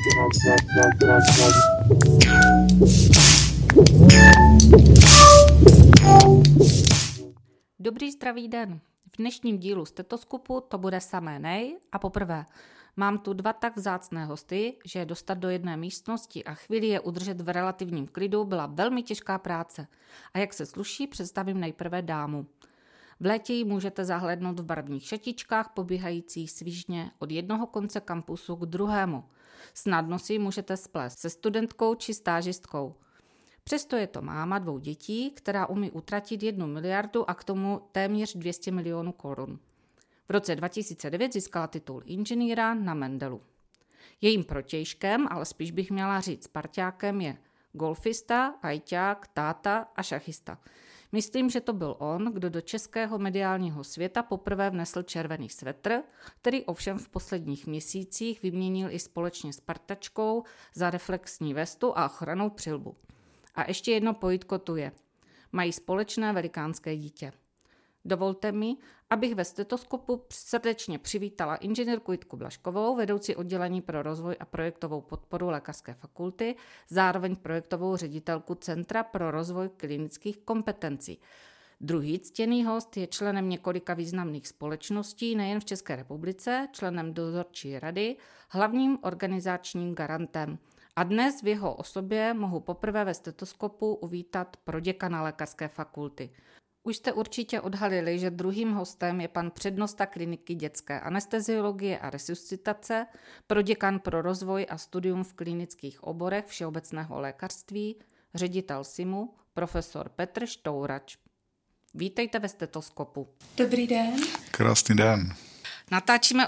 Dobrý zdravý den. V dnešním dílu Stetoskopu to bude samé nej a poprvé. Mám tu dva tak vzácné hosty, že dostat do jedné místnosti a chvíli je udržet v relativním klidu byla velmi těžká práce. A jak se sluší, představím nejprve dámu. V létě ji můžete zahlédnout v barevných šatičkách pobíhajících svižně od jednoho konce kampusu k druhému. Snadno si ji můžete splést se studentkou či stážistkou. Přesto je to máma 2 dětí, která umí utratit 1 miliardu a k tomu téměř 200 milionů korun. V roce 2009 získala titul inženýra na Mendelu. Jejím protějškem, ale spíš bych měla říct parťákem, je golfista, ajťák, táta a šachista. Myslím, že to byl on, kdo do českého mediálního světa poprvé vnesl červený svetr, který ovšem v posledních měsících vyměnil i společně s partačkou za reflexní vestu a ochrannou přilbu. A ještě jedno pojítko tu je. Mají společné velikánské dítě. Dovolte mi, abych ve Stetoskopu srdečně přivítala inženýrku Jitku Blažkovou, vedoucí oddělení pro rozvoj a projektovou podporu Lékařské fakulty, zároveň projektovou ředitelku Centra pro rozvoj klinických kompetencí. Druhý ctěný host je členem několika významných společností nejen v České republice, členem dozorčí rady, hlavním organizačním garantem. A dnes v jeho osobě mohu poprvé ve Stetoskopu uvítat proděkana Lékařské fakulty. Už jste určitě odhalili, že druhým hostem je pan přednosta kliniky dětské anesteziologie a resuscitace, proděkan pro rozvoj a studium v klinických oborech všeobecného lékařství, ředitel SIMu, profesor Petr Štourač. Vítejte ve Stetoskopu. Dobrý den. Krásný den. Natáčíme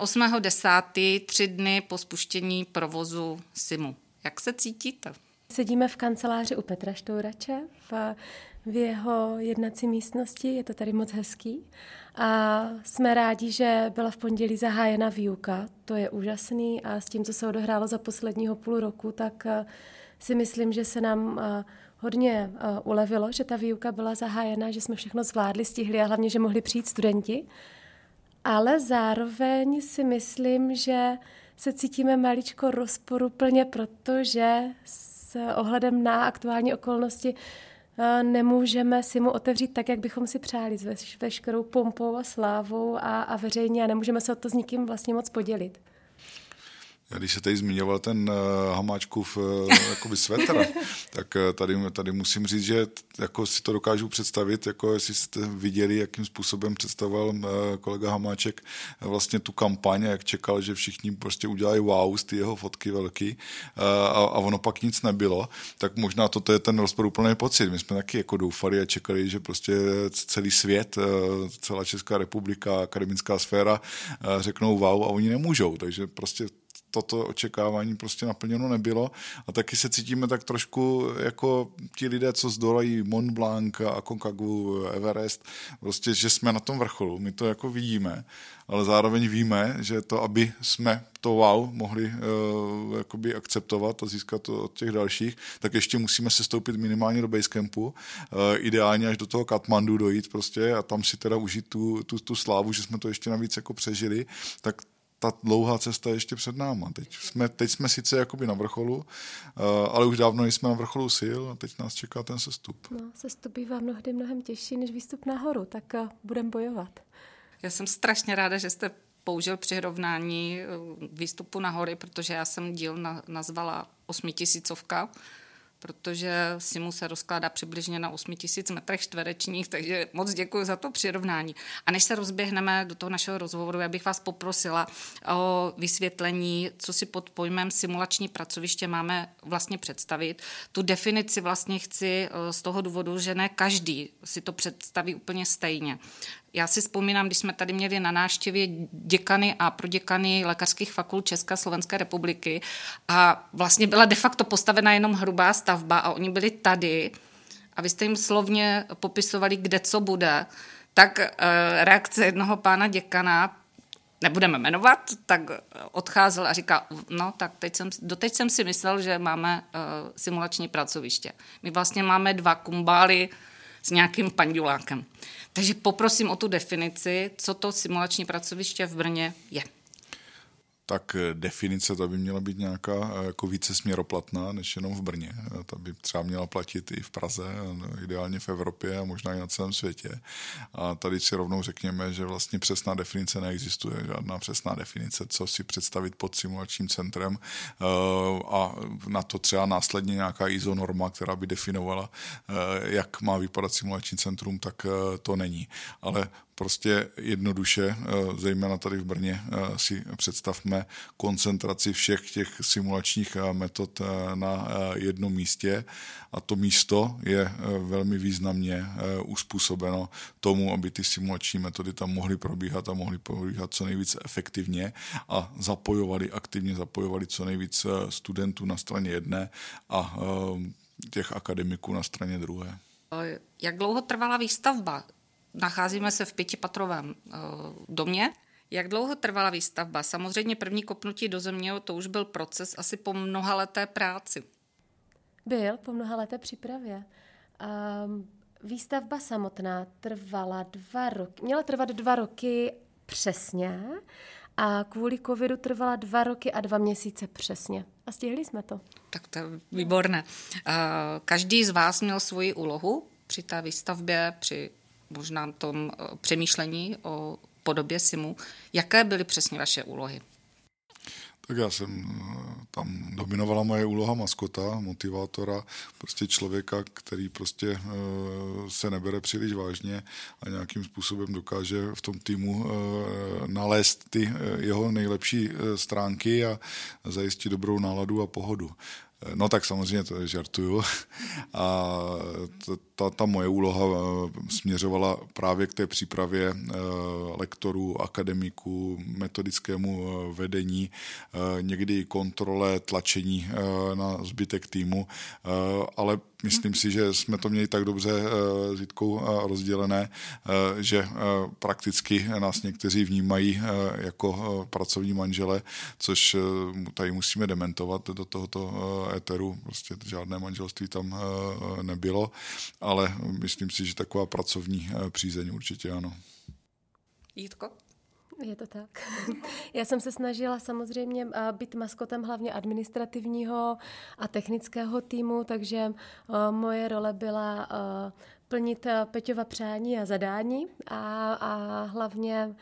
8.10., 3 dny po spuštění provozu SIMu. Jak se cítíte? Sedíme v kanceláři u Petra Štourače v jeho jednací místnosti, je to tady moc hezký. A jsme rádi, že byla v pondělí zahájena výuka, to je úžasný a s tím, co se odehrálo za posledního půl roku, tak si myslím, že se nám hodně ulevilo, že ta výuka byla zahájena, že jsme všechno zvládli, stihli a hlavně, že mohli přijít studenti. Ale zároveň si myslím, že se cítíme maličko rozporuplně, protože s ohledem na aktuální okolnosti nemůžeme si mu otevřít tak, jak bychom si přáli, s veškerou pompou a slávou a veřejně a nemůžeme se o to s nikým vlastně moc podělit. Když se tady zmiňoval ten Hamáčkův jakoby svetr, tak tady musím říct, že jako si to dokážu představit, jako jestli jste viděli, jakým způsobem představoval kolega Hamáček vlastně tu kampaň, jak čekal, že všichni prostě udělají wow z ty jeho fotky velký a ono pak nic nebylo, tak možná toto je ten rozporuplný pocit. My jsme taky jako doufali a čekali, že prostě celý svět, celá Česká republika, akademická sféra řeknou wow a oni nemůžou, takže prostě toto očekávání prostě naplněno nebylo a taky se cítíme tak trošku jako ti lidé, co zdolají Mont Blanc, Aconcagua, Everest, prostě, že jsme na tom vrcholu, my to jako vidíme, ale zároveň víme, že to, aby jsme to wow mohli jakoby akceptovat a získat to od těch dalších, tak ještě musíme se stoupit minimálně do basecampu, ideálně až do toho Katmandu dojít prostě a tam si teda užít tu slávu, že jsme to ještě navíc jako přežili, tak ta dlouhá cesta je ještě před náma. Teď jsme sice jakoby na vrcholu, ale už dávno jsme na vrcholu sil a teď nás čeká ten sestup. No, sestup bývá mnohdy mnohem těžší než výstup nahoru, tak budeme bojovat. Já jsem strašně ráda, že jste použil přirovnání výstupu na hory, protože já jsem díl nazvala 8000, protože SIMu se rozkládá přibližně na 8000 metrech čtverečních, takže moc děkuji za to přirovnání. A než se rozběhneme do toho našeho rozhovoru, já bych vás poprosila o vysvětlení, co si pod pojmem simulační pracoviště máme vlastně představit. Tu definici vlastně chci z toho důvodu, že ne každý si to představí úplně stejně. Já si vzpomínám, když jsme tady měli na návštěvě děkany a proděkany lékařských fakult České a Slovenské republiky a vlastně byla de facto postavena jenom hrubá stavba a oni byli tady a vy jste jim slovně popisovali, kde co bude, tak reakce jednoho pána děkana, nebudeme jmenovat, tak odcházel a říkal, no tak doteď jsem si myslel, že máme simulační pracoviště. My vlastně máme 2 kumbály s nějakým pandulákem. Takže poprosím o tu definici, co to simulační pracoviště v Brně je. tak definice ta by měla být nějaká jako více směroplatná, než jenom v Brně. Ta by třeba měla platit i v Praze, ideálně v Evropě a možná i na celém světě. A tady si rovnou řekněme, že vlastně přesná definice neexistuje, žádná přesná definice, co si představit pod simulačním centrem a na to třeba následně nějaká ISO norma, která by definovala, jak má vypadat simulační centrum, tak to není. Ale prostě jednoduše, zejména tady v Brně, si představme koncentraci všech těch simulačních metod na jednom místě a to místo je velmi významně uspůsobeno tomu, aby ty simulační metody tam mohly probíhat a mohly probíhat co nejvíc efektivně a aktivně zapojovali co nejvíc studentů na straně jedné a těch akademiků na straně druhé. Jak dlouho trvala výstavba? Nacházíme se v 5patrovém domě. Jak dlouho trvala výstavba? Samozřejmě první kopnutí do země, to už byl proces asi po mnohaleté práci. Byl po mnohaleté přípravě. Výstavba samotná trvala 2 roky. Měla trvat 2 roky přesně a kvůli covidu trvala 2 roky a 2 měsíce přesně. A stihli jsme to. Tak to je výborné. Každý z vás měl svoji úlohu při té výstavbě, při možná tom přemýšlení o podobě SIMu. Jaké byly přesně vaše úlohy? Tak já jsem tam dominovala moje úloha maskota, motivátora, prostě člověka, který prostě se nebere příliš vážně a nějakým způsobem dokáže v tom týmu nalézt ty jeho nejlepší stránky a zajistit dobrou náladu a pohodu. No tak samozřejmě to žartuju. A ta moje úloha směřovala právě k té přípravě lektorů, akademiků, metodickému vedení, někdy kontrole, tlačení na zbytek týmu, ale myslím si, že jsme to měli tak dobře s Jitkou rozdělené, že prakticky nás někteří vnímají jako pracovní manžele, což tady musíme dementovat do tohoto éteru. Prostě žádné manželství tam nebylo, ale myslím si, že taková pracovní přízeň určitě ano. Jitko? Je to tak. Já jsem se snažila samozřejmě být maskotem hlavně administrativního a technického týmu, takže moje role byla plnit Peťova přání a zadání a hlavně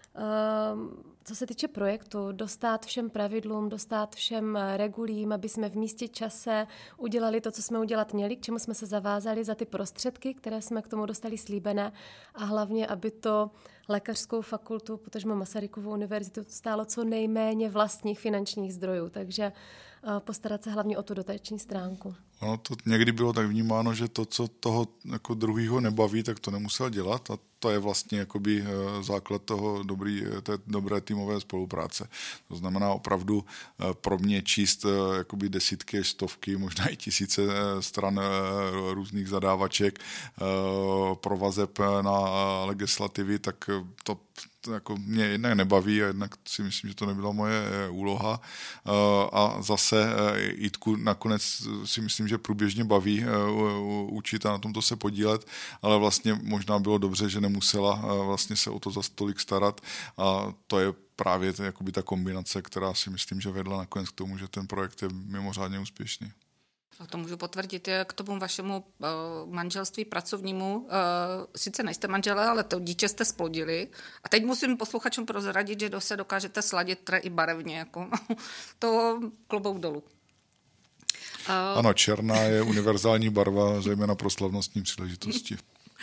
co se týče projektu, dostát všem pravidlům, dostat všem regulím, aby jsme v místě čase udělali to, co jsme udělat měli, k čemu jsme se zavázali za ty prostředky, které jsme k tomu dostali slíbené a hlavně, aby to lékařskou fakultu, potažmo Masarykovu univerzitu stálo co nejméně vlastních finančních zdrojů, takže postarat se hlavně o tu dotační stránku. Ono to někdy bylo tak vnímáno, že to, co toho jako druhýho nebaví, tak to nemusel dělat a to je vlastně jakoby základ té dobré týmové spolupráce. To znamená opravdu pro mě číst jakoby desítky, stovky, možná i tisíce stran různých zadávaček pro vazeb na legislativy, tak to jako mě jednak nebaví a jednak si myslím, že to nebyla moje úloha. A zase Jitku nakonec si myslím, že průběžně baví učit a na tomto se podílet, ale vlastně možná bylo dobře, že nemusela vlastně se o to za tolik starat a to je právě jakoby ta kombinace, která si myslím, že vedla nakonec k tomu, že ten projekt je mimořádně úspěšný. A to můžu potvrdit k tomu vašemu manželství pracovnímu. Sice nejste manželé, ale to dítě jste splodili. A teď musím posluchačům prozradit, že se dokážete sladit i barevně. Jako. To klobouk dolů. Ano, černá je univerzální barva, zejména pro slavnostní příležitosti.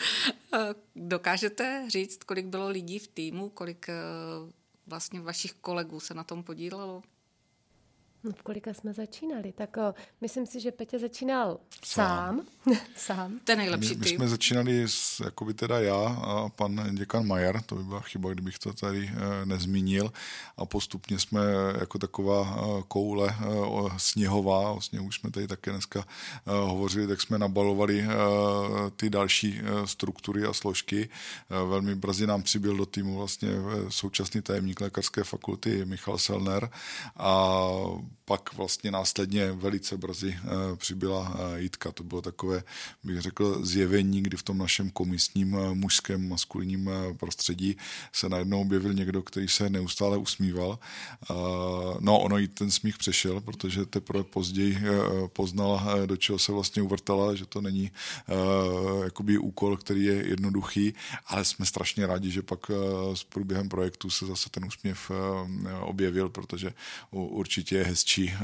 Dokážete říct, kolik bylo lidí v týmu, kolik vlastně vašich kolegů se na tom podílelo? No, v kolika jsme začínali? Tak myslím si, že Petě začínal sám. To je nejlepší my jsme začínali jakoby teda já a pan děkan Majer, to by byla chyba, kdybych to tady nezmínil a postupně jsme jako taková koule sněhová, o sněhu jsme tady také dneska hovořili, tak jsme nabalovali ty další struktury a složky. Velmi brzy nám přibyl do týmu vlastně současný tajemník lékařské fakulty Michal Selner a pak vlastně následně velice brzy přibyla Jitka. To bylo takové, bych řekl, zjevení, kdy v tom našem komisním mužském maskulinním prostředí se najednou objevil někdo, který se neustále usmíval. No, ono jí ten smích přešel, protože teprve později poznala, do čeho se vlastně uvrtala, že to není jakoby úkol, který je jednoduchý, ale jsme strašně rádi, že pak s průběhem projektu se zase ten úsměv objevil, protože určitě je hezčí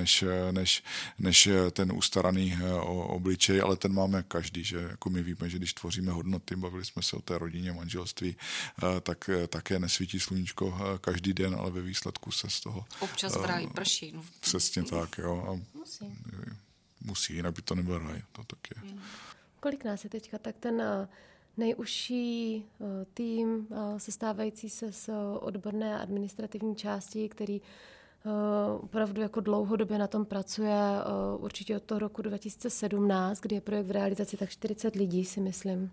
než ten ustaraný obličej, ale ten máme každý, že jako my víme, že když tvoříme hodnoty, bavili jsme se o té rodině, manželství, tak také nesvítí sluníčko každý den, ale ve výsledku se z toho... Občas v ráji prší. No. Přesně tak, jo. A musí, jinak by to nebyl ráj, to tak je. Kolik nás je teďka? Tak ten nejužší tým, sestávající se z odborné a administrativní části, který opravdu jako dlouhodobě na tom pracuje, určitě od toho roku 2017, kdy je projekt v realizaci, tak 40 lidí, si myslím.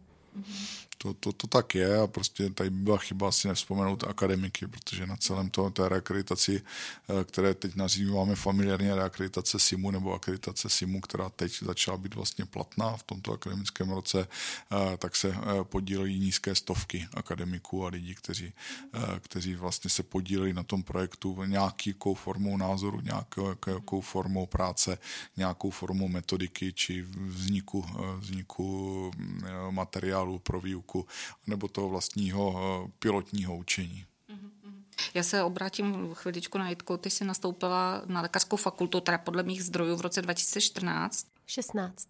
To tak je a prostě tady by byla chyba asi nevzpomenout akademiky, protože na celém té reakreditaci, které teď nazýváme familiárně reakreditace SIMu nebo akreditace SIMu, která teď začala být vlastně platná v tomto akademickém roce, tak se podílejí nízké stovky akademiků a lidí, kteří vlastně se podílejí na tom projektu nějakou formou názoru, nějakou formou práce, nějakou formou metodiky či vzniku materiálu pro výuku nebo toho vlastního pilotního učení. Já se obrátím chviličku na Jitku. Ty jsi nastoupila na lékařskou fakultu, teda podle mých zdrojů v roce 2014. 16.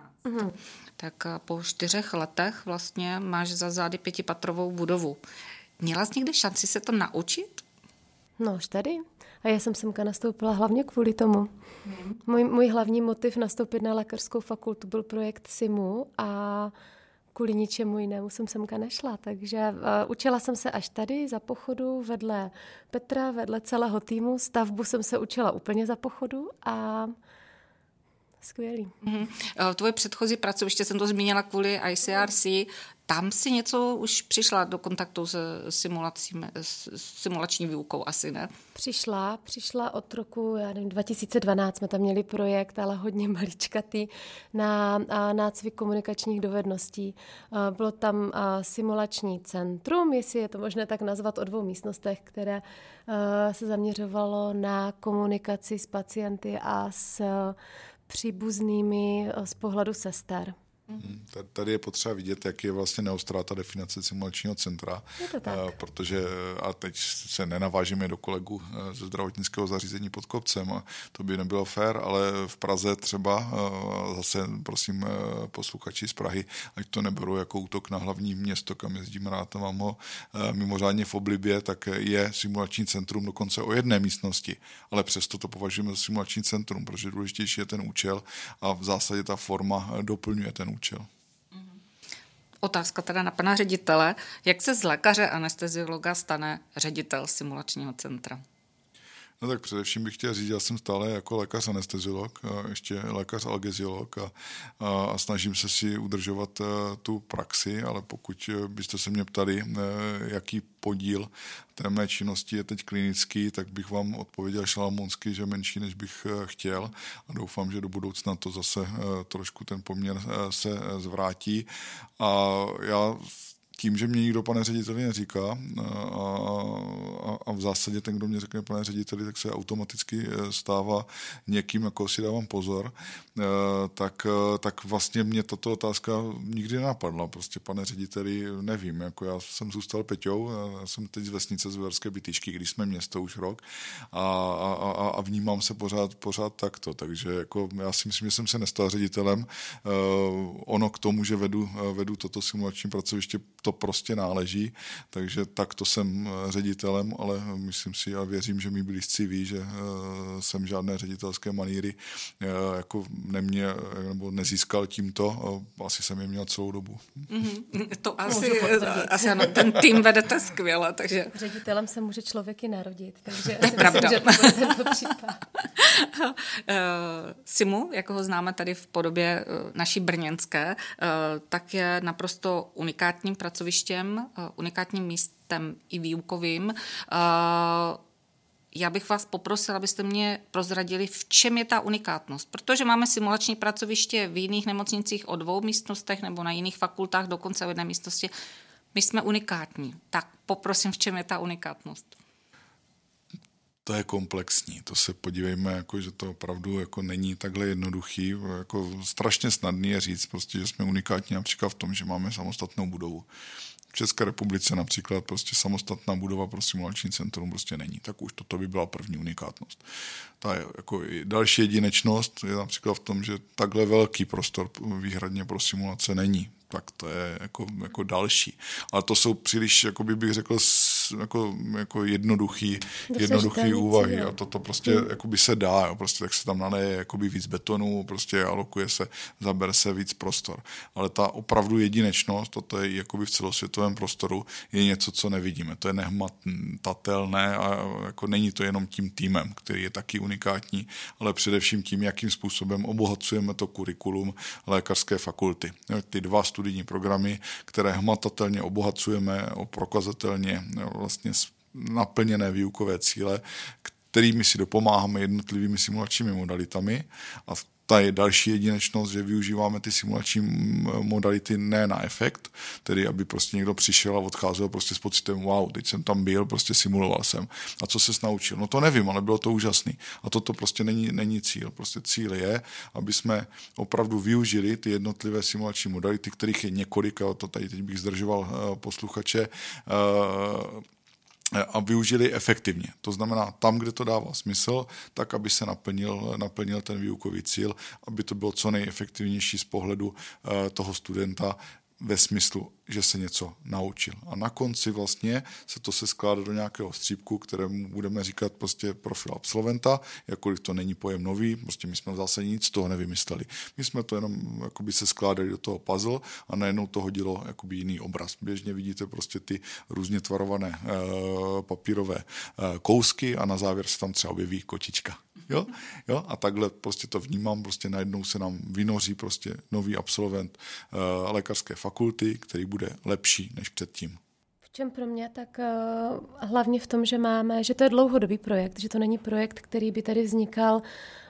Tak po 4 letech vlastně máš za zády 5patrovou budovu. Měla jsi někdy šanci se to naučit? No už tady. A já jsem semka nastoupila hlavně kvůli tomu. Můj hlavní motiv nastoupit na lékařskou fakultu byl projekt SIMu a kvůli ničemu jinému jsem semka nešla. Takže učila jsem se až tady za pochodu vedle Petra, vedle celého týmu. Stavbu jsem se učila úplně za pochodu a skvělý. Tvoje předchozí pracoviště, jsem to zmínila kvůli ICRC, tam si něco už přišla do kontaktu s simulační výukou, asi ne? Přišla od roku, 2012 jsme tam měli projekt, ale hodně maličkatý, na nácvik komunikačních dovedností. Bylo tam simulační centrum, jestli je to možné tak nazvat, o 2 místnostech, které se zaměřovalo na komunikaci s pacienty a s příbuznými z pohledu sester. Tady je potřeba vidět, jak je vlastně neostrá ta definice simulačního centra, protože, a teď se nenavážíme do kolegů ze zdravotnického zařízení pod Kopcem, a to by nebylo fér, ale v Praze třeba, zase prosím posluchači z Prahy, ať to neberu jako útok na hlavní město, kam jezdím rád a mám ho mimořádně v oblibě, tak je simulační centrum dokonce o 1 místnosti, ale přesto to považujeme za simulační centrum, protože důležitější je ten účel a v zásadě ta forma doplňuje ten účel. Otázka teda na pana ředitele. Jak se z lékaře anesteziologa stane ředitel simulačního centra? No tak především bych chtěl říct, já jsem stále jako lékař anesteziolog, ještě lékař algeziolog a snažím se si udržovat tu praxi, ale pokud byste se mě ptali, jaký podíl té mé činnosti je teď klinický, tak bych vám odpověděl šalamounsky, že menší, než bych chtěl a doufám, že do budoucna to zase trošku ten poměr se zvrátí a já tím, že mě nikdo pane řediteli neříká a v zásadě ten, kdo mě řekne pane řediteli, tak se automaticky stává někým, jako si dávám pozor, tak vlastně mě tato otázka nikdy nenapadla. Prostě pane řediteli, nevím, jako já jsem zůstal Peťou, já jsem teď z vesnice z Uherské Bytyčky, když jsme město už rok a vnímám se pořád takto, takže jako já si myslím, že jsem se nestal ředitelem. Ono k tomu, že vedu toto simulační pracoviště, to prostě náleží, takže takto jsem ředitelem, ale myslím si a věřím, že mý blízcí ví, že jsem žádné ředitelské maníry jako neměl, nebo nezískal tímto, asi jsem je měl celou dobu. To asi ano, ten tým vedete skvěle, takže... Ředitelem se může člověk i narodit, takže to je pravda. Myslím, že to bude tento případ. Simu, jako ho známe tady v podobě naší brněnské, tak je naprosto unikátním pracovištěm, unikátním místem i výukovým. já bych vás poprosila, abyste mě prozradili, v čem je ta unikátnost. Protože máme simulační pracoviště v jiných nemocnicích o 2 místnostech nebo na jiných fakultách dokonce o 1 místnosti. My jsme unikátní. Tak poprosím, v čem je ta unikátnost. To je komplexní. To se podívejme, jako, že to opravdu jako není takhle jednoduchý. Jako strašně snadný je říct, prostě, že jsme unikátní například v tom, že máme samostatnou budovu. V České republice například prostě samostatná budova pro simulační centrum prostě není. Tak už toto by byla první unikátnost. Ta jako další jedinečnost je například v tom, že takhle velký prostor výhradně pro simulace není. Tak to je jako další. Ale to jsou příliš, bych řekl, jako jednoduchý úvahy. Jo. To prostě jakoby se dá, jo. Prostě tak se tam naleje jakoby víc betonu, prostě alokuje se, zabere se víc prostor. Ale ta opravdu jedinečnost, toto je jakoby v celosvětovém prostoru, je něco, co nevidíme. To je nehmatatelné a jako není to jenom tím týmem, který je taky unikátní, ale především tím, jakým způsobem obohacujeme to kurikulum lékařské fakulty. Ty 2 studijní programy, které hmatatelně obohacujeme o prokazatelně vlastně naplněné výukové cíle, kterými si dopomáháme jednotlivými simulačními modalitami a ta je další jedinečnost, že využíváme ty simulační modality ne na efekt, tedy aby prostě někdo přišel a odcházel prostě s pocitem wow, teď jsem tam byl, prostě simuloval jsem. A co ses naučil? No to nevím, ale bylo to úžasný. A toto prostě není cíl. Prostě cíl je, aby jsme opravdu využili ty jednotlivé simulační modality, kterých je několik, a to tady teď bych zdržoval posluchače, a využili efektivně. To znamená tam, kde to dává smysl, tak, aby se naplnil ten výukový cíl, aby to bylo co nejefektivnější z pohledu toho studenta ve smyslu, že se něco naučil. A na konci vlastně se to skládá do nějakého střípku, kterému budeme říkat prostě profil absolventa, jakkoliv to není pojem nový, prostě my jsme zase nic z toho nevymysleli. My jsme to jenom jakoby se skládali do toho puzzle a najednou to hodilo jakoby jiný obraz. Běžně vidíte prostě ty různě tvarované papírové kousky a na závěr se tam třeba objeví kočička. Jo? A takhle prostě to vnímám, prostě najednou se nám vynoří prostě nový absolvent lékařské fakulty, který bude lepší než předtím. V čem pro mě? Tak hlavně v tom, že to je dlouhodobý projekt, že to není projekt, který by tady vznikal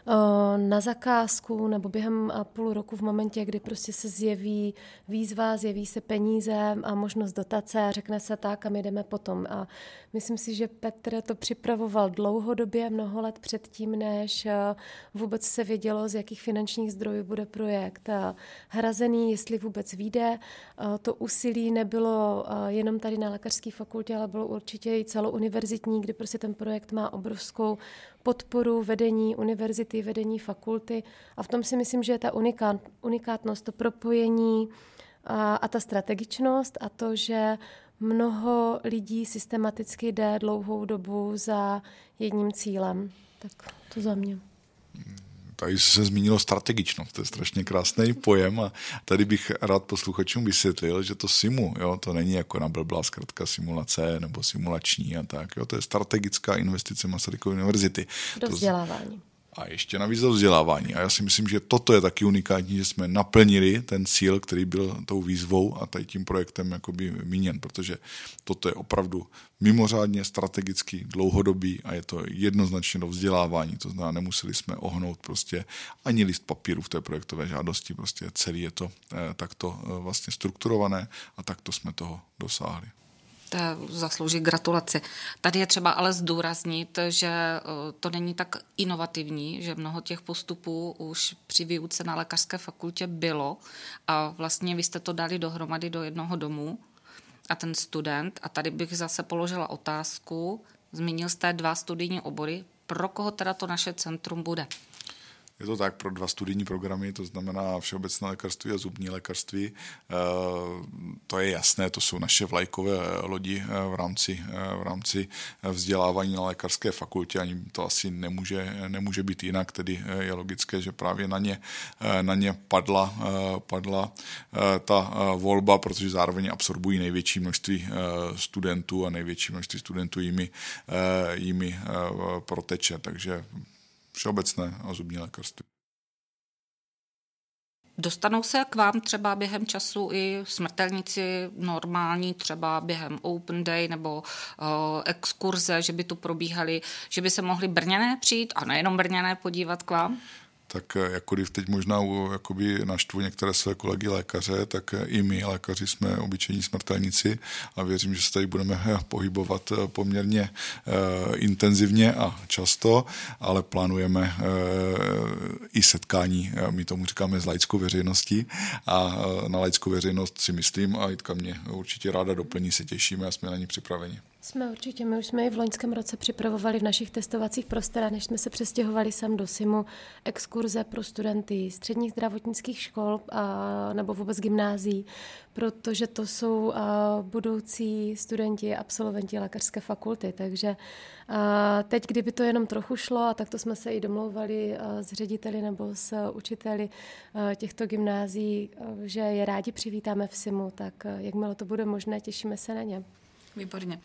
na zakázku nebo během půl roku v momentě, kdy prostě se zjeví výzva, zjeví se peníze a možnost dotace a řekne se tak a my jdeme potom. A myslím si, že Petr to připravoval dlouhodobě, mnoho let předtím, než vůbec se vědělo, z jakých finančních zdrojů bude projekt hrazený, jestli vůbec vyjde. To úsilí nebylo jenom tady na lékařské fakultě, ale bylo určitě i celouniverzitní, kdy prostě ten projekt má obrovskou podporu vedení univerzity, vedení fakulty a v tom si myslím, že je ta unikátnost, to propojení a ta strategičnost a to, že mnoho lidí systematicky jde dlouhou dobu za jedním cílem. Tak to za mě. Tady se zmínilo strategičnost, to je strašně krásný pojem a tady bych rád posluchačům vysvětlil, že to simu, jo, to není jako nablblá zkratka simulace nebo simulační a tak, jo, to je strategická investice Masarykovy univerzity. Do vzdělávání. A ještě navíc do vzdělávání. A já si myslím, že toto je taky unikátní, že jsme naplnili ten cíl, který byl tou výzvou a tady tím projektem jakoby míněn, protože toto je opravdu mimořádně strategicky dlouhodobý a je to jednoznačně do vzdělávání. To znamená, nemuseli jsme ohnout prostě ani list papíru v té projektové žádosti. Prostě celý je to takto vlastně strukturované a takto jsme toho dosáhli. To zaslouží gratulaci. Tady je třeba ale zdůraznit, že to není tak inovativní, že mnoho těch postupů už při výuce na lékařské fakultě bylo a vlastně vy jste to dali dohromady do jednoho domu a ten student, a tady bych zase položila otázku, zmínil jste 2 studijní obory, pro koho teda to naše centrum bude? Je to tak pro 2 studijní programy, to znamená všeobecné lékařství a zubní lékařství. To je jasné, to jsou naše vlajkové lodi v rámci vzdělávání na lékařské fakultě, ani to asi nemůže být jinak, tedy je logické, že právě na ně padla ta volba, protože zároveň absorbují největší množství studentů a největší množství studentů jimi proteče, takže všeobecné a zubní lékařství. Dostanou se k vám třeba během času i smrtelníci normální, třeba během Open Day nebo exkurze, že by tu probíhaly, že by se mohli Brňané přijít a nejenom Brňané podívat k vám? Tak jako když teď možná jakoby naštvu některé své kolegy lékaře, tak i my lékaři jsme obyčejní smrtelníci a věřím, že se tady budeme pohybovat poměrně intenzivně a často, ale plánujeme i setkání, my tomu říkáme s laickou veřejností a na laickou veřejnost si myslím a Jitka mě určitě ráda doplní, se těšíme a jsme na ní připraveni. My už jsme i v loňském roce připravovali v našich testovacích prostorách, než jsme se přestěhovali sem do SIMu, exkurze pro studenty středních zdravotnických škol nebo vůbec gymnázií, protože to jsou budoucí studenti, absolventi lékařské fakulty, takže teď, kdyby to jenom trochu šlo, a tak to jsme se i domlouvali s řediteli nebo s učiteli těchto gymnázií, že je rádi přivítáme v SIMu, tak jakmile to bude možné, těšíme se na ně. Výborně.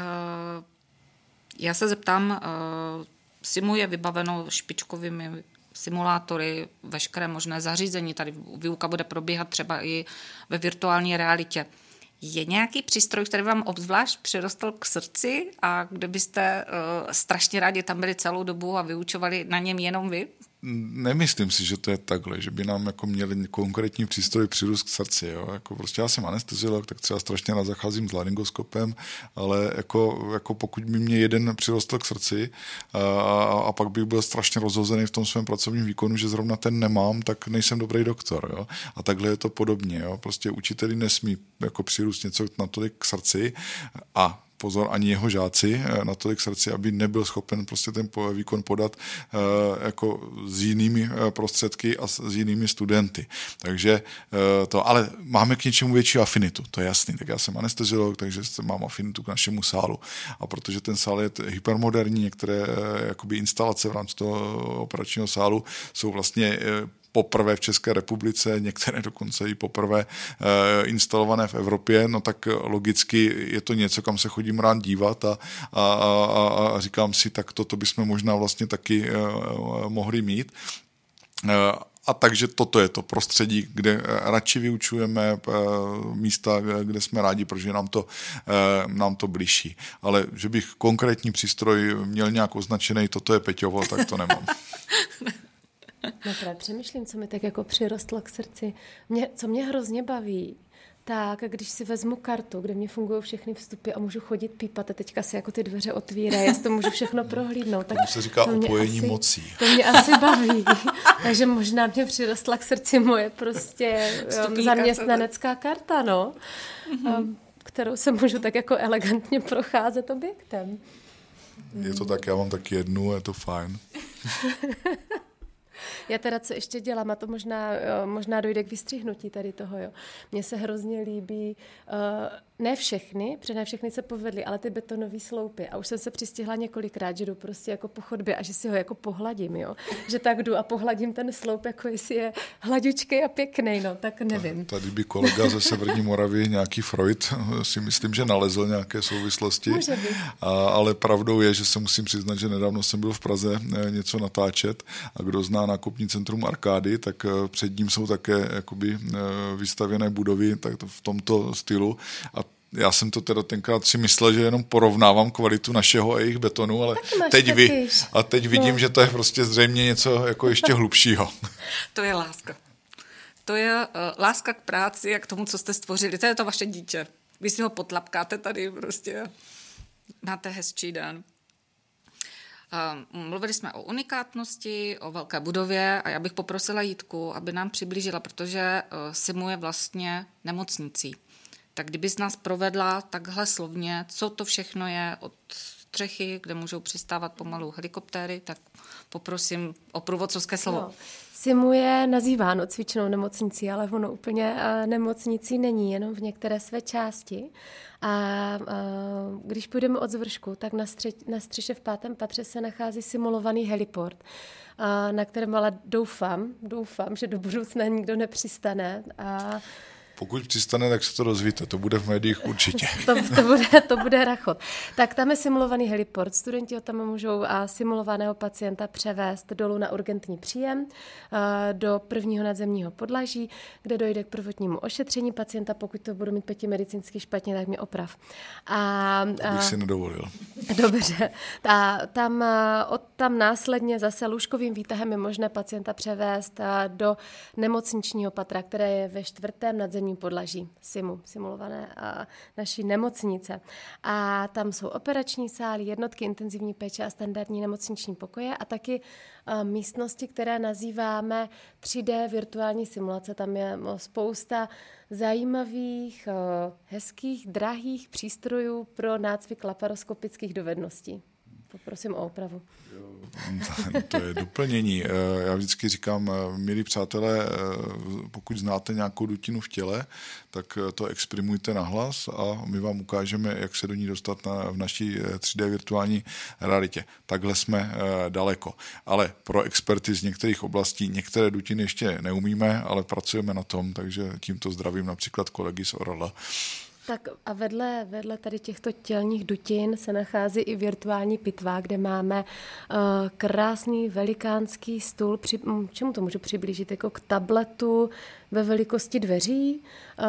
Já se zeptám, SIMu je vybaveno špičkovými simulátory, veškeré možné zařízení, tady výuka bude probíhat třeba i ve virtuální realitě. Je nějaký přístroj, který vám obzvlášť přirostl k srdci a kde byste strašně rádi tam byli celou dobu a vyučovali na něm jenom vy? Nemyslím si, že to je takhle, že by nám jako měli konkrétní přístroj přirůst k srdci. Jo? Jako prostě já jsem anesteziolog, tak třeba strašně rád zacházím s laryngoskopem, ale jako pokud by mě jeden přirostl k srdci a pak bych byl strašně rozhozený v tom svém pracovním výkonu, že zrovna ten nemám, tak nejsem dobrý doktor. Jo? A takhle je to podobně. Jo? Prostě učiteli nesmí jako přirůst něco natolik k srdci a pozor, ani jeho žáci natolik srdci, aby nebyl schopen prostě ten výkon podat jako s jinými prostředky a s jinými studenty. Takže to, ale máme k něčemu větší afinitu, to je jasný. Tak já jsem anesteziolog, takže mám afinitu k našemu sálu. A protože ten sál je hypermoderní, některé jakoby instalace v rámci toho operačního sálu jsou vlastně poprvé v České republice, některé dokonce i poprvé instalované v Evropě, no tak logicky je to něco, kam se chodím rád dívat a říkám si, tak toto bychom možná vlastně taky mohli mít. A takže toto je to prostředí, kde radši vyučujeme, místa, kde jsme rádi, protože nám to bližší. Ale že bych konkrétní přístroj měl nějak označený, toto je Peťovo, tak to nemám. No právě přemýšlím, co mi tak jako přirostlo k srdci. Co mě hrozně baví, tak když si vezmu kartu, kde mě fungují všechny vstupy a můžu chodit pípat a teďka si jako ty dveře otvírají, já si to můžu všechno prohlídnout. Tak to se říká opojení mocí. To mě asi baví. Takže možná mě přirostla k srdci moje prostě zaměstnanecká karta, no, kterou se můžu tak jako elegantně procházet objektem. Je to tak, já mám taky jednu, je to fajn. Já teda, co ještě dělám, a to možná dojde k vystřihnutí tady toho, jo. Mně se hrozně líbí, ne všechny se povedly, ale ty betonové sloupy. A už jsem se přistihla několikrát, že jdu prostě jako po chodbě a že si ho jako pohladím, jo. Že tak jdu a pohladím ten sloup, jako jestli je hladučkej a pěknej, no, tak nevím. Tady by kolega ze Severní Moravy, nějaký Freud, si myslím, že nalezl nějaké souvislosti. Může být. Ale pravdou je, že se musím přiznat, že nedávno jsem byl v Praze něco natáčet a kdo zná nákupní centrum Arkády, tak před ním jsou také jakoby vystavěné budovy tak v tomto stylu a já jsem to teda tenkrát si myslel, že jenom porovnávám kvalitu našeho a jejich betonu, ale teď vidím, že to je prostě zřejmě něco jako ještě hlubšího. To je láska. To je láska k práci a k tomu, co jste stvořili. To je to vaše dítě. Vy si ho potlapkáte tady prostě. Máte hezčí den. Mluvili jsme o unikátnosti, o velké budově a já bych poprosila Jitku, aby nám přiblížila, protože SIMu je vlastně nemocnicí. Tak kdybys nás provedla takhle slovně, co to všechno je od střechy, kde můžou přistávat pomalu helikoptéry, tak poprosím o průvodcovské slovo. No. SIMu je nazýváno cvičnou nemocnicí, ale ono úplně nemocnicí není, jenom v některé své části. A když půjdeme od zvršku, tak na střeše v 5. patře se nachází simulovaný heliport, na kterém ale doufám, že do budoucna nikdo nepřistane. Pokud přistane, tak se to dozvíte, to bude v médiích určitě. To bude rachot. Tak tam je simulovaný heliport. Studenti tam můžou simulovaného pacienta převést dolů na urgentní příjem do prvního nadzemního podlaží, kde dojde k prvotnímu ošetření pacienta. Pokud to budu mít Peti medicínsky špatně, tak mě oprav. To bych si nedovolil. Dobře. Tam následně zase lůžkovým výtahem je možné pacienta převést do nemocničního patra, které je ve 4. nadzemním podlaží simulované naší nemocnice. A tam jsou operační sály, jednotky intenzivní péče a standardní nemocniční pokoje a taky místnosti, které nazýváme 3D virtuální simulace. Tam je spousta zajímavých, hezkých, drahých přístrojů pro nácvik laparoskopických dovedností. Poprosím o opravu. To je doplnění. Já vždycky říkám, milí přátelé, pokud znáte nějakou dutinu v těle, tak to exprimujte nahlas a my vám ukážeme, jak se do ní dostat v naší 3D virtuální realitě. Takhle jsme daleko. Ale pro experty z některých oblastí některé dutiny ještě neumíme, ale pracujeme na tom, takže tímto zdravím například kolegy z Orla. Tak a vedle tady těchto tělních dutin se nachází i virtuální pitva, kde máme krásný velikánský stůl, čemu to můžu přiblížit, jako k tabletu ve velikosti dveří.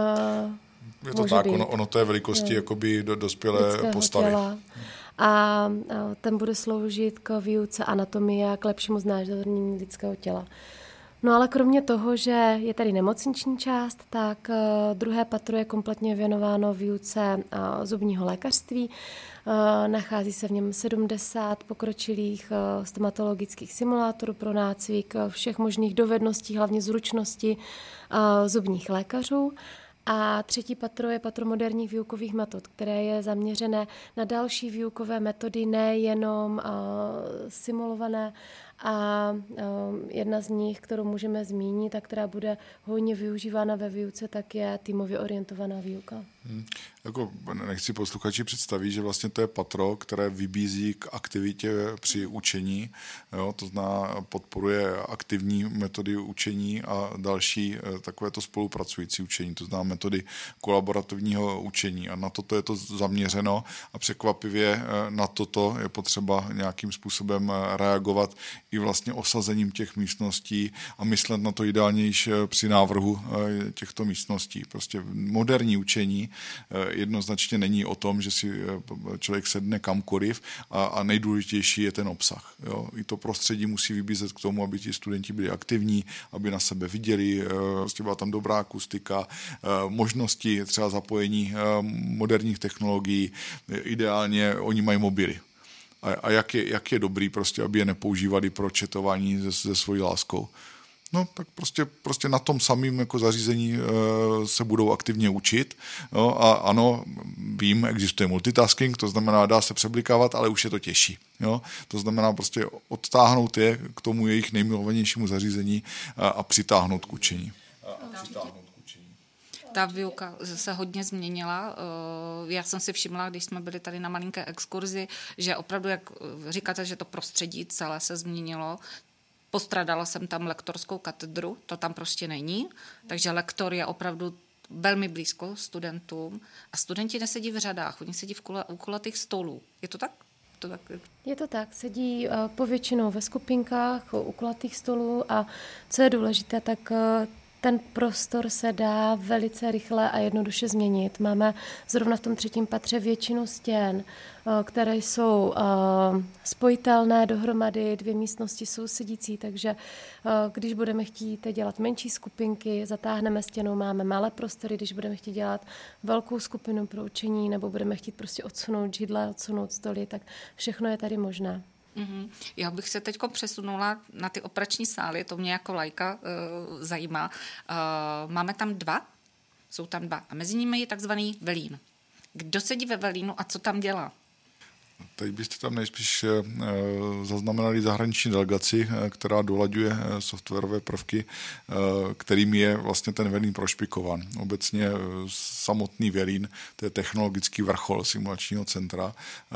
Je to tak, ono to je velikosti jakoby do dospělé postavy. Těla. A ten bude sloužit k výuce anatomie a k lepšímu znázornění lidského těla. No ale kromě toho, že je tady nemocniční část, tak druhé patro je kompletně věnováno výuce zubního lékařství. Nachází se v něm 70 pokročilých stomatologických simulátorů pro nácvik všech možných dovedností, hlavně zručnosti zubních lékařů. A třetí patro je patro moderních výukových metod, které je zaměřené na další výukové metody, nejenom simulované. A jedna z nich, kterou můžeme zmínit a která bude hodně využívána ve výuce, tak je týmově orientovaná výuka. Jako nechci posluchači představit, že vlastně to je patro, které vybízí k aktivitě při učení, jo, to znamená podporuje aktivní metody učení a další takovéto spolupracující učení, to znamená metody kolaborativního učení a na toto je to zaměřeno a překvapivě na toto je potřeba nějakým způsobem reagovat i vlastně osazením těch místností a myslet na to ideálnější při návrhu těchto místností. Prostě moderní učení jednoznačně není o tom, že si člověk sedne kamkoliv a nejdůležitější je ten obsah. Jo. I to prostředí musí vybízet k tomu, aby ti studenti byli aktivní, aby na sebe viděli, prostě byla tam dobrá akustika, možnosti třeba zapojení moderních technologií, ideálně oni mají mobily. A jak je dobrý, prostě, aby je nepoužívali pro četování se svojí láskou. No, tak prostě na tom samém jako zařízení se budou aktivně učit. No, a ano, vím, existuje multitasking, to znamená, dá se přeblikávat, ale už je to těžší. Jo? To znamená prostě odtáhnout je k tomu jejich nejmilovanějšímu zařízení a přitáhnout k učení. Ta výuka se hodně změnila. Já jsem si všimla, když jsme byli tady na malinké exkurzi, že opravdu, jak říkáte, že to prostředí celé se změnilo. Postradala jsem tam lektorskou katedru, to tam prostě není, takže lektor je opravdu velmi blízko studentům a studenti nesedí v řadách, oni sedí u kulatých stolů. Je to tak? Je to tak, sedí povětšinou ve skupinkách, u kulatých stolů a co je důležité, tak ten prostor se dá velice rychle a jednoduše změnit. Máme zrovna v tom 3. patře většinu stěn, které jsou spojitelné dohromady, 2 místnosti sousedící, takže když budeme chtít dělat menší skupinky, zatáhneme stěnou, máme malé prostory, když budeme chtít dělat velkou skupinu pro učení nebo budeme chtít prostě odsunout židle, odsunout stoly, tak všechno je tady možné. Mm-hmm. Já bych se teď přesunula na ty operační sály, to mě jako laika zajímá. Máme tam 2, jsou tam 2 a mezi nimi je takzvaný velín. Kdo sedí ve velínu a co tam dělá? Teď byste tam nejspíš zaznamenali zahraniční delegaci, která dolaďuje softwarové prvky, kterým je vlastně ten velín prošpikovan. Obecně samotný velín, to je technologický vrchol simulačního centra,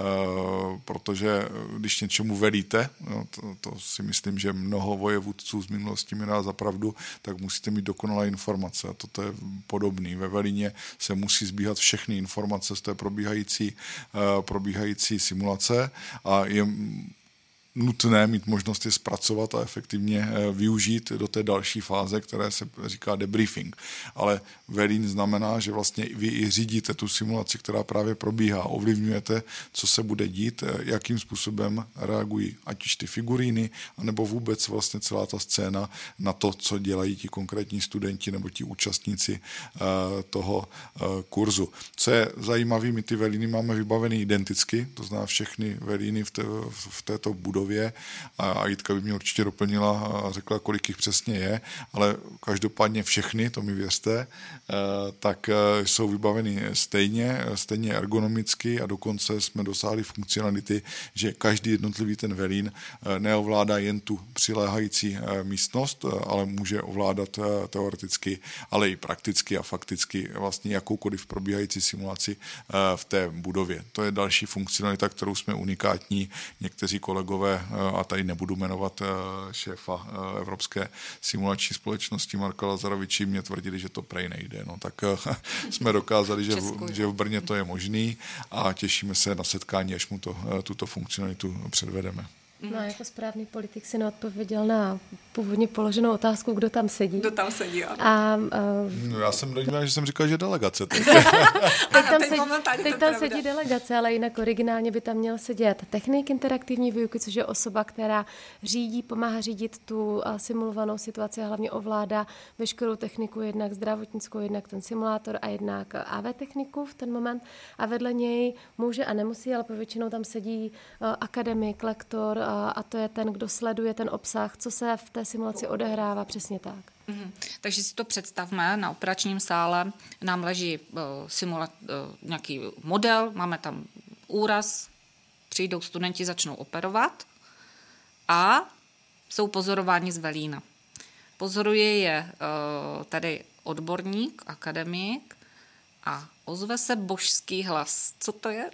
protože když něčemu velíte, to si myslím, že mnoho vojevůdců z minulosti mi dá za pravdu, tak musíte mít dokonalé informace. A toto je podobný. Ve velíně se musí sbíhat všechny informace z té probíhající simulace a je nutné mít možnost je zpracovat a efektivně využít do té další fáze, které se říká debriefing. Ale velín znamená, že vlastně vy i řídíte tu simulaci, která právě probíhá, ovlivňujete, co se bude dít, jakým způsobem reagují ať už ty figuríny, anebo vůbec vlastně celá ta scéna na to, co dělají ti konkrétní studenti nebo ti účastníci toho kurzu. Co je zajímavé, my ty velíny máme vybavený identicky, to znamená všechny velíny v této budově, a Jitka by mě určitě doplnila a řekla, kolik jich přesně je, ale každopádně všechny, to mi věřte, tak jsou vybaveny stejně ergonomicky a dokonce jsme dosáhli funkcionality, že každý jednotlivý ten velín neovládá jen tu přiléhající místnost, ale může ovládat teoreticky, ale i prakticky a fakticky vlastně jakoukoliv probíhající simulaci v té budově. To je další funkcionalita, kterou jsme unikátní. Někteří kolegové, a tady nebudu jmenovat šéfa Evropské simulační společnosti Marka Lazaroviči, mě tvrdili, že to prej nejde. No, tak jsme dokázali, že v Brně to je možný a těšíme se na setkání, až mu tuto funkcionalitu předvedeme. No a jako správný politik si neodpověděl na původně položenou otázku, kdo tam sedí. Kdo tam sedí, ano. No, já jsem dojímal, že jsem říkal, že delegace. Teď tam sedí delegace, ale jinak originálně by tam měl sedět technik interaktivní výuky, což je osoba, která pomáhá řídit tu simulovanou situaci a hlavně ovládá veškerou techniku, jednak zdravotnickou, jednak ten simulátor a jednak AV techniku v ten moment. A vedle něj může a nemusí, ale povětšinou tam sedí akademik, lektor, a to je ten, kdo sleduje ten obsah, co se v té simulaci odehrává, přesně tak. Takže si to představme, na operačním sále nám leží nějaký model, máme tam úraz, přijdou studenti, začnou operovat a jsou pozorováni z velína. Pozoruje je tady odborník, akademik a ozve se božský hlas. Co to je?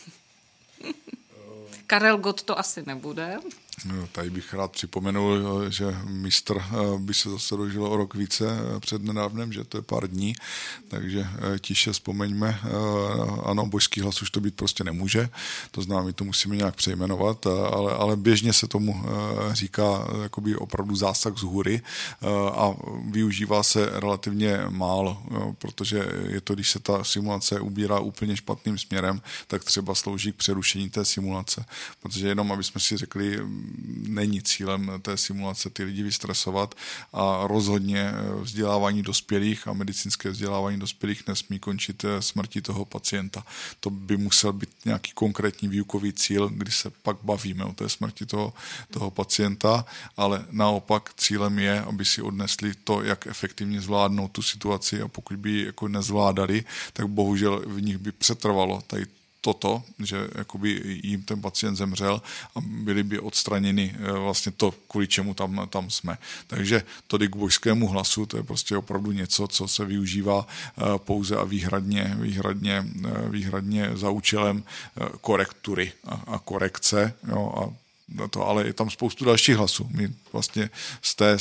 Karel Gott to asi nebude. No, tady bych rád připomenul, že mistr by se zase dožil o rok více před nedávnem, že to je pár dní, takže tiše vzpomeňme, ano, božský hlas už to být prostě nemůže, to znamená, my to musíme nějak přejmenovat, ale běžně se tomu říká jakoby opravdu zásah z hůry a využívá se relativně málo, protože je to, když se ta simulace ubírá úplně špatným směrem, tak třeba slouží k přerušení té simulace, protože jenom, aby jsme si řekli, není cílem té simulace ty lidi vystresovat a rozhodně vzdělávání dospělých a medicínské vzdělávání dospělých nesmí končit smrtí toho pacienta. To by musel být nějaký konkrétní výukový cíl, kdy se pak bavíme o té smrti toho pacienta, ale naopak cílem je, aby si odnesli to, jak efektivně zvládnout tu situaci a pokud by ji jako nezvládali, tak bohužel v nich by přetrvalo tady toto, že jakoby jim ten pacient zemřel a byli by odstraněni vlastně to, kvůli čemu tam jsme. Takže tady k božskému hlasu, to je prostě opravdu něco, co se využívá pouze a výhradně za účelem korektury a korekce. Jo, ale je tam spoustu dalších hlasů. My vlastně z té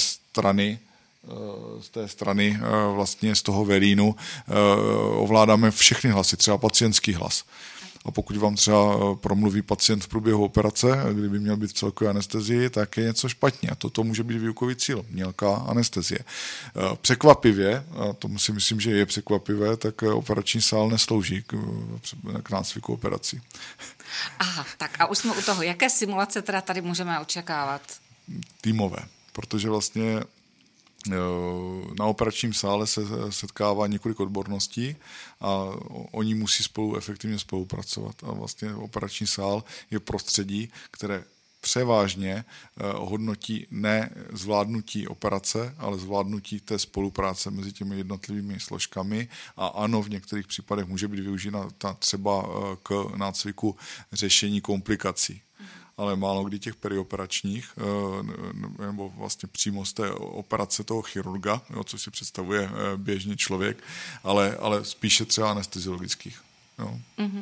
strany vlastně z toho velínu ovládáme všechny hlasy, třeba pacientský hlas. A pokud vám třeba promluví pacient v průběhu operace, kdyby měl být v celkové anestezii, tak je něco špatně. A toto může být výukový cíl, mělká anestezie. Překvapivě, a to si myslím, že je překvapivé, tak operační sál neslouží k nácviku operací. Aha, tak a už jsme u toho. Jaké simulace teda tady můžeme očekávat? Týmové, protože vlastně na operačním sále se setkává několik odborností a oni musí efektivně spolupracovat. A vlastně operační sál je prostředí, které převážně hodnotí ne zvládnutí operace, ale zvládnutí té spolupráce mezi těmi jednotlivými složkami a ano, v některých případech může být využita třeba k nácviku řešení komplikací. Ale málo kdy těch perioperačních, nebo vlastně přímo z té operace toho chirurga, jo, co si představuje běžně člověk, ale spíše třeba anesteziologických. Jo.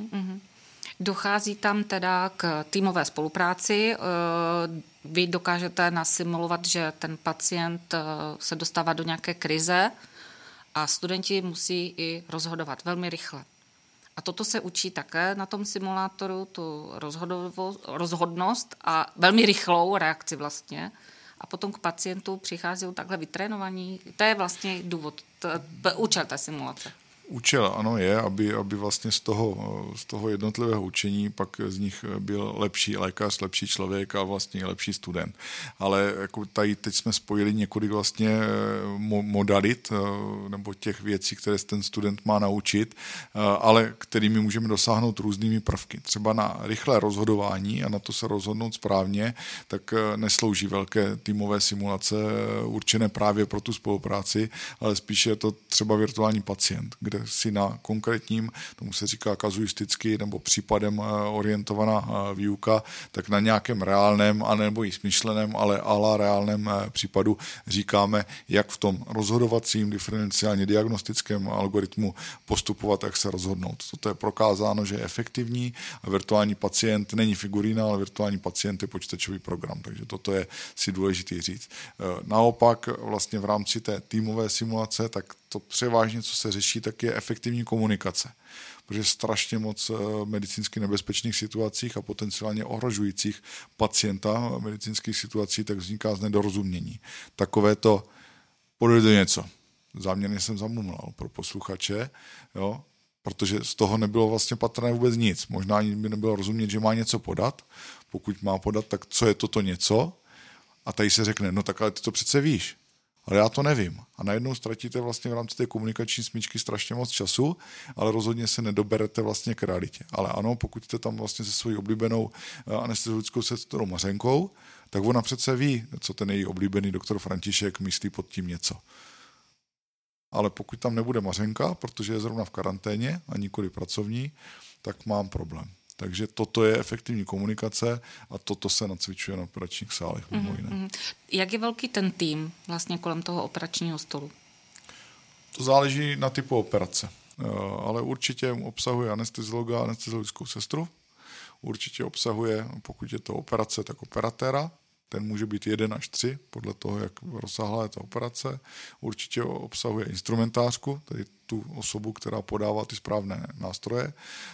Dochází tam teda k týmové spolupráci. Vy dokážete nasimulovat, že ten pacient se dostává do nějaké krize a studenti musí i rozhodovat velmi rychle. A toto se učí také na tom simulátoru, tu rozhodnost a velmi rychlou reakci vlastně. A potom k pacientu přichází takhle vytrénovaní. To je vlastně důvod, účel té simulace. Účel, ano, je, aby vlastně z toho jednotlivého učení pak z nich byl lepší lékař, lepší člověk a vlastně lepší student. Ale jako tady teď jsme spojili několik vlastně modalit nebo těch věcí, které ten student má naučit, ale kterými můžeme dosáhnout různými prvky. Třeba na rychlé rozhodování a na to se rozhodnout správně, tak neslouží velké týmové simulace určené právě pro tu spolupráci, ale spíše je to třeba virtuální pacient, kde si na konkrétním, tomu se říká kazuisticky nebo případem orientovaná výuka, tak na nějakém reálném, anebo i smyšleném, ale ala reálném případu říkáme, jak v tom rozhodovacím diferenciálně diagnostickém algoritmu postupovat, jak se rozhodnout. Toto je prokázáno, že je efektivní a virtuální pacient není figurína, ale virtuální pacient je počítačový program, takže toto je si důležitý říct. Naopak vlastně v rámci té týmové simulace, tak to převážně, co se řeší, tak je efektivní komunikace. Protože strašně moc medicínsky nebezpečných situacích a potenciálně ohrožujících pacienta medicínských situací, tak vzniká z nedorozumění. Takové to podejde něco. Záměrně jsem zamumlal pro posluchače, jo, protože z toho nebylo vlastně patrné vůbec nic. Možná ani by nebylo rozumět, že má něco podat. Pokud má podat, tak co je toto něco? A tady se řekne, no tak ale ty to přece víš. Ale já to nevím. A najednou ztratíte vlastně v rámci té komunikační smyčky strašně moc času, ale rozhodně se nedoberete vlastně k realitě. Ale ano, pokud jste tam vlastně se svojí oblíbenou anesteziologickou sestrou Mařenkou, tak ona přece ví, co ten její oblíbený doktor František myslí pod tím něco. Ale pokud tam nebude Mařenka, protože je zrovna v karanténě a nikoli pracovní, tak mám problém. Takže toto je efektivní komunikace a toto se nacvičuje na operačních sálech. Mimo jiné. Jak je velký ten tým vlastně kolem toho operačního stolu? To záleží na typu operace, ale určitě obsahuje anesteziologa a anesteziologickou sestru. Určitě obsahuje, pokud je to operace, tak operatéra. Ten může být 1 až 3, podle toho, jak rozsáhlá je ta operace. Určitě obsahuje instrumentářku, tedy tu osobu, která podává ty správné nástroje.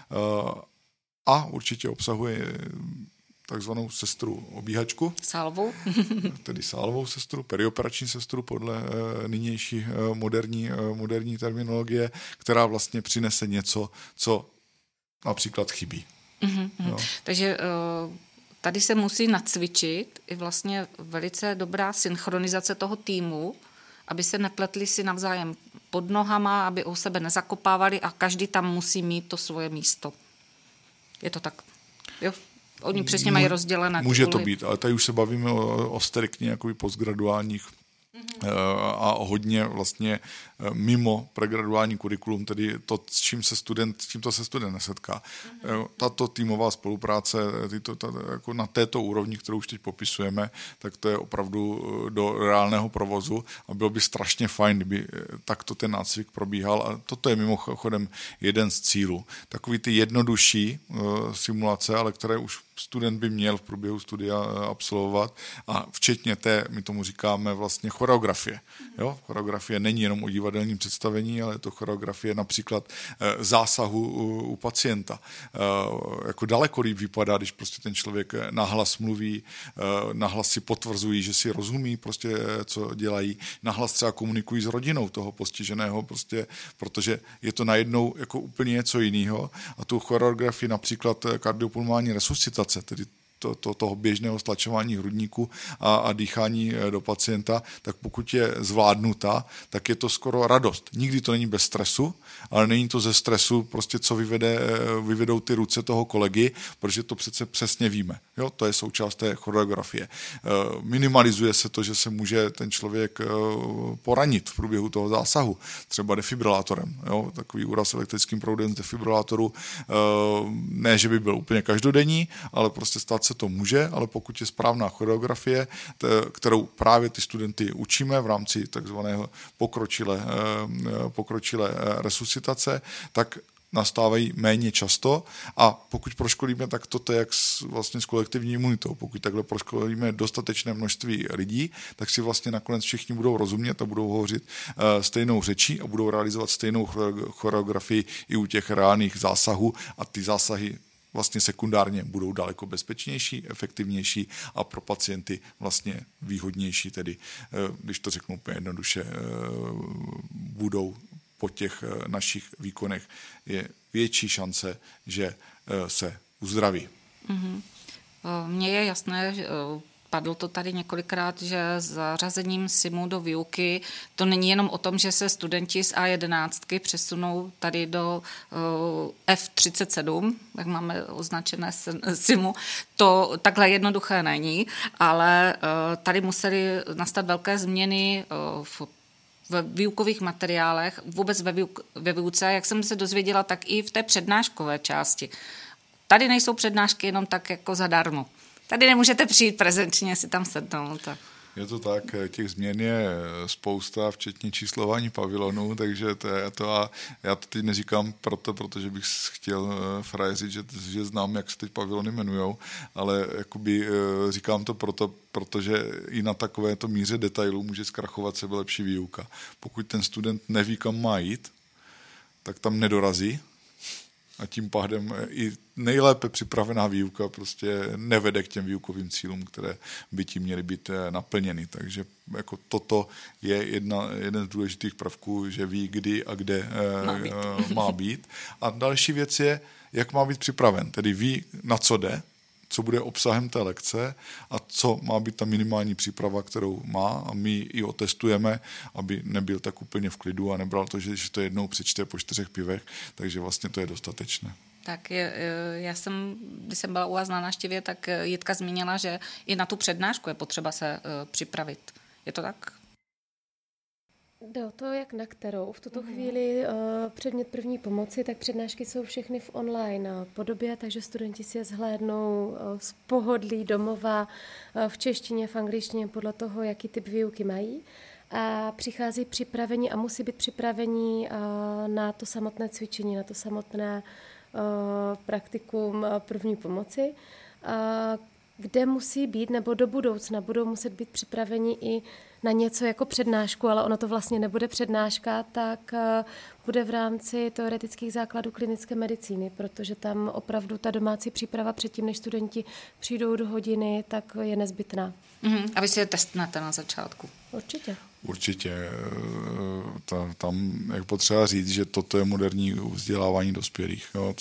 A určitě obsahuje takzvanou sestru obíhačku. Sálovou. Tedy sálovou sestru, perioperační sestru podle nynější moderní terminologie, která vlastně přinese něco, co například chybí. No. Takže tady se musí nacvičit i vlastně velice dobrá synchronizace toho týmu, aby se nepletli si navzájem pod nohama, aby o sebe nezakopávali a každý tam musí mít to svoje místo. Je to tak? Jo? Oni přesně mají rozdělené. Může to být, ale tady už se bavíme o striktně jakoby postgraduálních a hodně vlastně mimo pregraduální kurikulum, tedy to, s čímto se student nesetká. Tato týmová spolupráce jako na této úrovni, kterou už teď popisujeme, tak to je opravdu do reálného provozu a bylo by strašně fajn, kdyby takto ten nácvik probíhal a toto je mimochodem jeden z cílů. Takový ty jednodušší simulace, ale které už student by měl v průběhu studia absolvovat a včetně té, my tomu říkáme vlastně choreografie. Jo? Choreografie není jenom o divadelním představení, ale je to choreografie například zásahu u pacienta. Jako daleko líp vypadá, když prostě ten člověk nahlas mluví, nahlas si potvrzují, že si rozumí prostě, co dělají, nahlas třeba komunikují s rodinou toho postiženého, prostě, protože je to najednou jako úplně něco jiného a tu choreografii například kardiopulmonální resuscitace, tedy toho běžného stlačování hrudníku a dýchání do pacienta, tak pokud je zvládnuta, tak je to skoro radost. Nikdy to není bez stresu, ale není to ze stresu, prostě co vyvedou ty ruce toho kolegy, protože to přece přesně víme. Jo? To je součást té choreografie. Minimalizuje se to, že se může ten člověk poranit v průběhu toho zásahu, třeba defibrilátorem. Jo? Takový úraz elektrickým proudem z defibrilátoru, ne, že by byl úplně každodenní, ale prostě stát se to může, ale pokud je správná choreografie, kterou právě ty studenty učíme v rámci takzvaného pokročilé resuscitace, tak nastávají méně často a pokud proškolíme, tak toto je jak vlastně s kolektivní imunitou. Pokud takhle proškolíme dostatečné množství lidí, tak si vlastně nakonec všichni budou rozumět a budou hovořit stejnou řečí a budou realizovat stejnou choreografii i u těch reálných zásahů a ty zásahy vlastně sekundárně budou daleko bezpečnější, efektivnější a pro pacienty vlastně výhodnější, tedy, když to řeknu úplně jednoduše, budou po těch našich výkonech je větší šance, že se uzdraví. Mm-hmm. Mně je jasné, že padlo to tady několikrát, že zařazením SIMu do výuky to není jenom o tom, že se studenti z A11 přesunou tady do F37, jak máme označené SIMu. To takhle jednoduché není, ale tady musely nastat velké změny v výukových materiálech, vůbec ve výuce, jak jsem se dozvěděla, tak i v té přednáškové části. Tady nejsou přednášky jenom tak jako zadarmo. Tady nemůžete přijít prezenčně si tam sednout. Je to tak, těch změn je spousta, včetně číslování pavilonů, takže to je to a já to teď neříkám protože bych chtěl frajeřit, že znám, jak se teď pavilony jmenujou, ale jakoby říkám to protože i na takovéto míře detailů může zkrachovat sebelepší výuka. Pokud ten student neví, kam má jít, tak tam nedorazí a tím pádem i nejlépe připravená výuka prostě nevede k těm výukovým cílům, které by tím měly být naplněny. Takže jako toto je jeden z důležitých prvků, že ví, kdy a kde má být. A další věc je, jak má být připraven. Tedy ví, na co jde, co bude obsahem té lekce a co má být ta minimální příprava, kterou má a my ji otestujeme, aby nebyl tak úplně v klidu a nebral to, že to jednou přečte po 4 pivech, takže vlastně to je dostatečné. Tak když jsem byla u vás na návštěvě, tak Jitka zmínila, že i na tu přednášku je potřeba se připravit. Je to tak? Jde o to, jak na kterou. V tuto chvíli předmět první pomoci, tak přednášky jsou všechny v online podobě, takže studenti si je zhlédnou z pohodlí domova v češtině, v angličtině, podle toho, jaký typ výuky mají. A přichází připraveni a musí být připraveni na to samotné cvičení, na to samotné praktikum první pomoci, kde musí být, nebo do budoucna budou muset být připraveni i na něco jako přednášku, ale ono to vlastně nebude přednáška, tak bude v rámci teoretických základů klinické medicíny, protože tam opravdu ta domácí příprava předtím, než studenti přijdou do hodiny, tak je nezbytná. A vy si je testnete na začátku? Určitě. Tam je potřeba říct, že toto je moderní vzdělávání dospělých. Jo?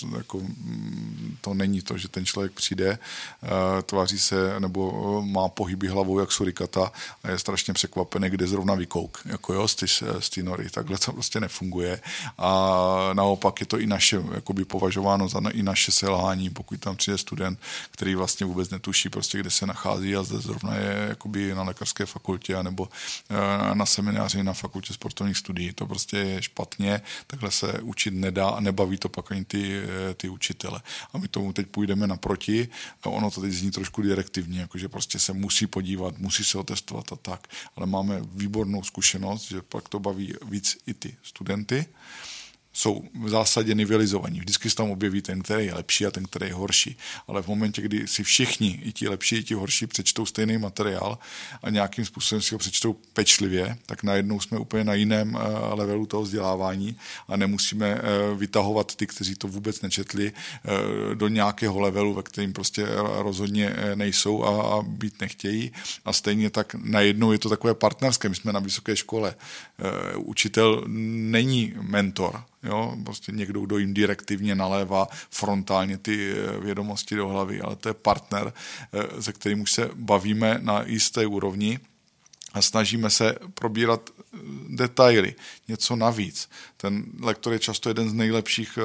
To není to, že ten člověk přijde, tváří se nebo má pohyby hlavou jak surikata a je strašně překvapený, kde zrovna vykouk jako z té nory. Takhle to prostě nefunguje. A naopak je to i naše, jakoby považováno za i naše selhání, pokud tam přijde student, který vlastně vůbec netuší, prostě, kde se nachází a zde zrovna je jakoby na lékařské fakultě nebo na semináři na fakultě sportovních studií. To prostě je špatně, takhle se učit nedá a nebaví to pak ani ty učitele. A my tomu teď půjdeme naproti a ono to teď zní trošku direktivně, jakože prostě se musí podívat, musí se otestovat a tak. Ale máme výbornou zkušenost, že pak to baví víc i ty studenty. Jsou v zásadě nivelizovaní. Vždycky se tam objeví ten, který je lepší a ten, který je horší. Ale v momentě, kdy si všichni, i ti lepší, i ti horší, přečtou stejný materiál a nějakým způsobem si ho přečtou pečlivě, tak najednou jsme úplně na jiném levelu toho vzdělávání a nemusíme vytahovat ty, kteří to vůbec nečetli, do nějakého levelu, ve kterým prostě rozhodně nejsou a být nechtějí. A stejně tak najednou je to takové partnerské. My jsme na vysoké škole. Učitel není mentor. jo, prostě někdo, kdo jim direktivně nalévá frontálně ty vědomosti do hlavy, ale to je partner, se kterým už se bavíme na jisté úrovni a snažíme se probírat detaily, něco navíc. Ten lektor je často jeden z nejlepších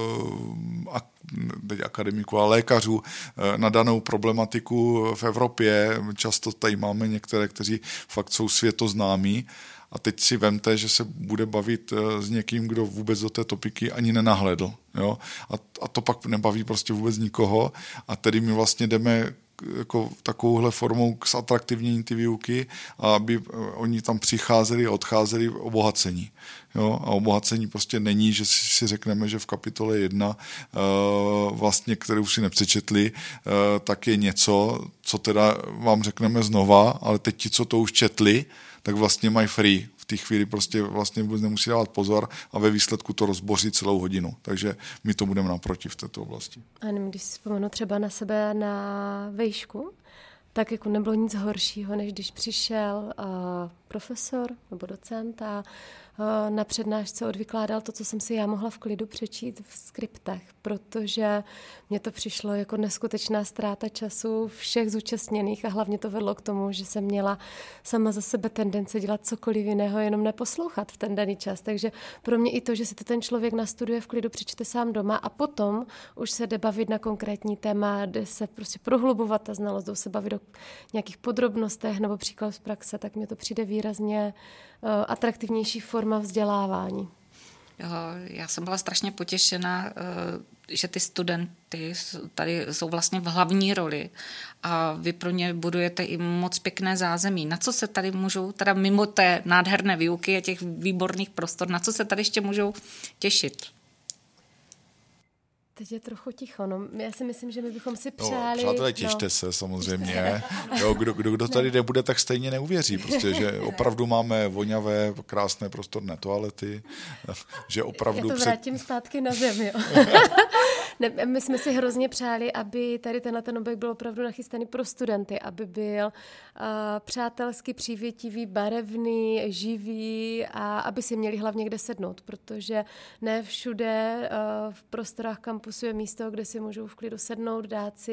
akademiků a lékařů na danou problematiku v Evropě. Často tady máme některé, kteří fakt jsou světoznámí. A teď si vemte, že se bude bavit s někým, kdo vůbec do té topiky ani nenahlédl. Jo? A to pak nebaví prostě vůbec nikoho. A tedy my vlastně jdeme jako takovouhle formou k zatraktivnění ty výuky, aby oni tam přicházeli a odcházeli obohacení. Jo? A obohacení prostě není, že si řekneme, že v kapitole 1, vlastně, kterou si nepřečetli, tak je něco, co teda vám řekneme znova, ale teď ti, co to už četli, tak vlastně mají free. V té chvíli prostě vlastně vůbec nemusí dávat pozor a ve výsledku to rozboří celou hodinu. Takže my to budeme naproti v této oblasti. A když si vzpomenu třeba na sebe na vejšku, tak jako nebylo nic horšího, než když přišel profesor nebo docent a na přednášce odvykládal to, co jsem si já mohla v klidu přečíst v skriptech, protože mně to přišlo jako neskutečná ztráta času všech zúčastněných a hlavně to vedlo k tomu, že jsem měla sama za sebe tendence dělat cokoliv jiného, jenom neposlouchat v ten daný čas. Takže pro mě i to, že si to ten člověk nastuduje v klidu, přečte sám doma a potom už se jde bavit na konkrétní téma, jde se prostě prohlubovat ta znalost, jde se bavit o nějakých podrobnostech nebo příklad z praxe, tak mně to přijde výrazně atraktivnější forma vzdělávání. Jo, já jsem byla strašně potěšena, že ty studenty tady jsou vlastně v hlavní roli a vy pro ně budujete i moc pěkné zázemí. Na co se tady můžou, teda mimo té nádherné výuky a těch výborných prostor, na co se tady ještě můžou těšit? Teď je trochu ticho. No, já si myslím, že my bychom si přáli... Přátelé, těšte se samozřejmě. Jo, kdo tady nebude, tak stejně neuvěří. Prostě, že opravdu máme voňavé, krásné prostorné toalety. Že opravdu... Já to vrátím zpátky na zem, jo. Ne, my jsme si hrozně přáli, aby tady ten objekt byl opravdu nachystaný pro studenty, aby byl přátelsky přívětivý, barevný, živý a aby si měli hlavně kde sednout, protože ne všude v prostorách kampusu je místo, kde si můžou v klidu sednout,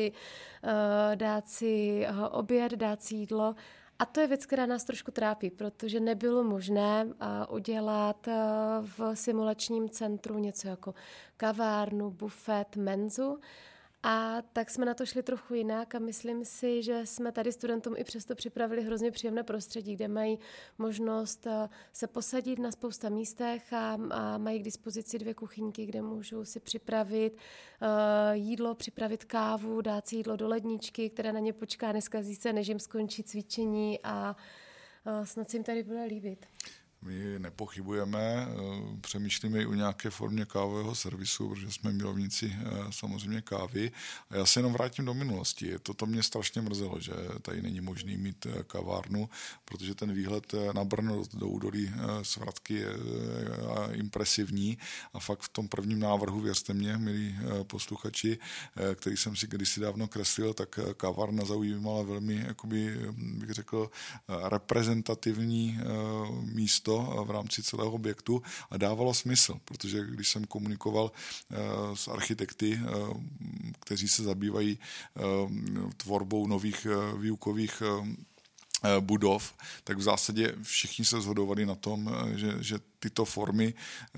dát si oběd, dát si jídlo. A to je věc, která nás trošku trápí, protože nebylo možné udělat v simulačním centru něco jako kavárnu, bufet, menzu. A tak jsme na to šli trochu jinak a myslím si, že jsme tady studentům i přesto připravili hrozně příjemné prostředí, kde mají možnost se posadit na spousta místech a mají k dispozici 2 kuchyňky, kde můžou si připravit jídlo, připravit kávu, dát si jídlo do ledničky, která na ně počká, neskazí se, než jim skončí cvičení a snad se jim tady bude líbit. My nepochybujeme, přemýšlíme i o nějaké formě kávového servisu, protože jsme milovníci samozřejmě kávy. A já se jenom vrátím do minulosti. To mě strašně mrzelo, že tady není možný mít kavárnu, protože ten výhled na Brno do údolí Svratky je impresivní. A fakt v tom prvním návrhu, věřte mě, milí posluchači, který jsem si kdysi dávno kreslil, tak kavárna zaujímala velmi, jakoby, bych řekl, reprezentativní místo v rámci celého objektu a dávalo smysl, protože když jsem komunikoval s architekty, kteří se zabývají tvorbou nových výukových budov, tak v zásadě všichni se shodovali na tom, že tyto formy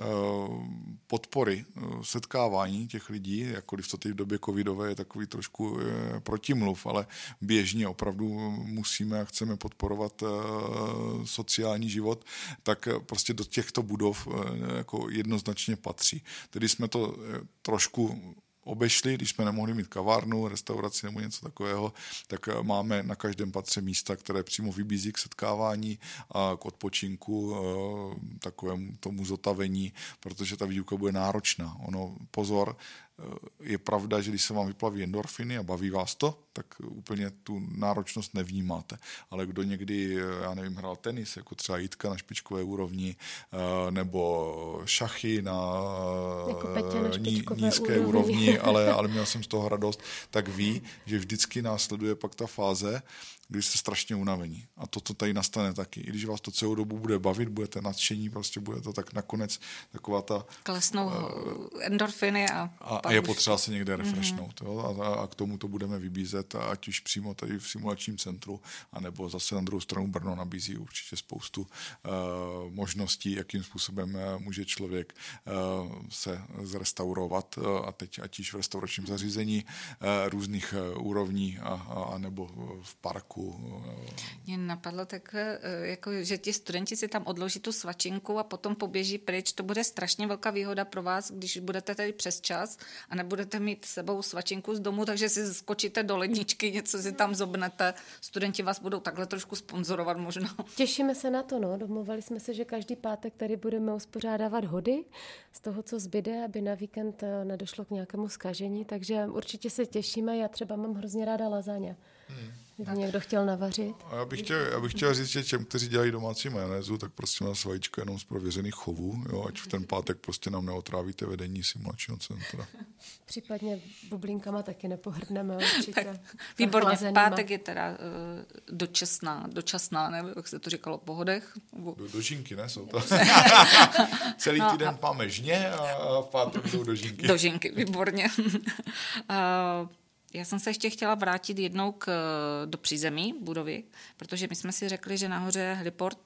podpory setkávání těch lidí, jakkoliv to teď v době covidové je takový trošku protimluv, ale běžně opravdu musíme a chceme podporovat sociální život, tak prostě do těchto budov jako jednoznačně patří. Tedy jsme to trošku obešli, když jsme nemohli mít kavárnu, restauraci nebo něco takového, tak máme na každém patře místa, které přímo vybízí k setkávání a k odpočinku, takovému tomu zotavení, protože ta výuka bude náročná. Pozor, je pravda, že když se vám vyplaví endorfiny a baví vás to, tak úplně tu náročnost nevnímáte. Ale kdo někdy, já nevím, hrál tenis, jako třeba Jitka na špičkové úrovni, nebo šachy na nízké úrovni, ale měl jsem z toho radost, tak ví, že vždycky následuje pak ta fáze, kdy jste strašně unavení. A to tady nastane taky. I když vás to celou dobu bude bavit, budete nadšení, prostě bude to tak nakonec taková ta... Klesnou endorfiny a je potřeba se někde refreshnout. A k tomu to budeme vybízet, ať už přímo tady v simulačním centru, anebo zase na druhou stranu Brno nabízí určitě spoustu možností, jakým způsobem může člověk se zrestaurovat a teď ať již v restauračním zařízení různých úrovní a nebo v parku. Mě napadlo takhle, jako, že ti studenti si tam odloží tu svačinku a potom poběží pryč. To bude strašně velká výhoda pro vás, když budete tady přes čas a nebudete mít s sebou svačinku z domu, takže si skočíte do ledničky, něco si tam zobnete. Studenti vás budou takhle trošku sponzorovat možná. Těšíme se na to, no. Domluvili jsme se, že každý pátek tady budeme uspořádávat hody z toho, co zbyde, aby na víkend nedošlo k nějakému zkažení, takže určitě se těšíme. Já třeba mám hrozně ráda lasagne. Kdyby někdo chtěl navařit. A já bych chtěl říct, že těm, kteří dělají domácí majonézu, tak prostě nás vajíčko jenom z prověřených chovů, jo, ať v ten pátek prostě nám neotrávíte vedení simulačního centra. Případně bublinkama taky nepohrdneme určitě. Výborně, v pátek je teda dočasná, nevím, jak se to říkalo, po hodech. Dožinky, ne? Jsou to. Celý týden máme žně a v pátek jsou dožinky. Dožinky, výborně. Já jsem se ještě chtěla vrátit jednou do přízemí budovy, protože my jsme si řekli, že nahoře je heliport,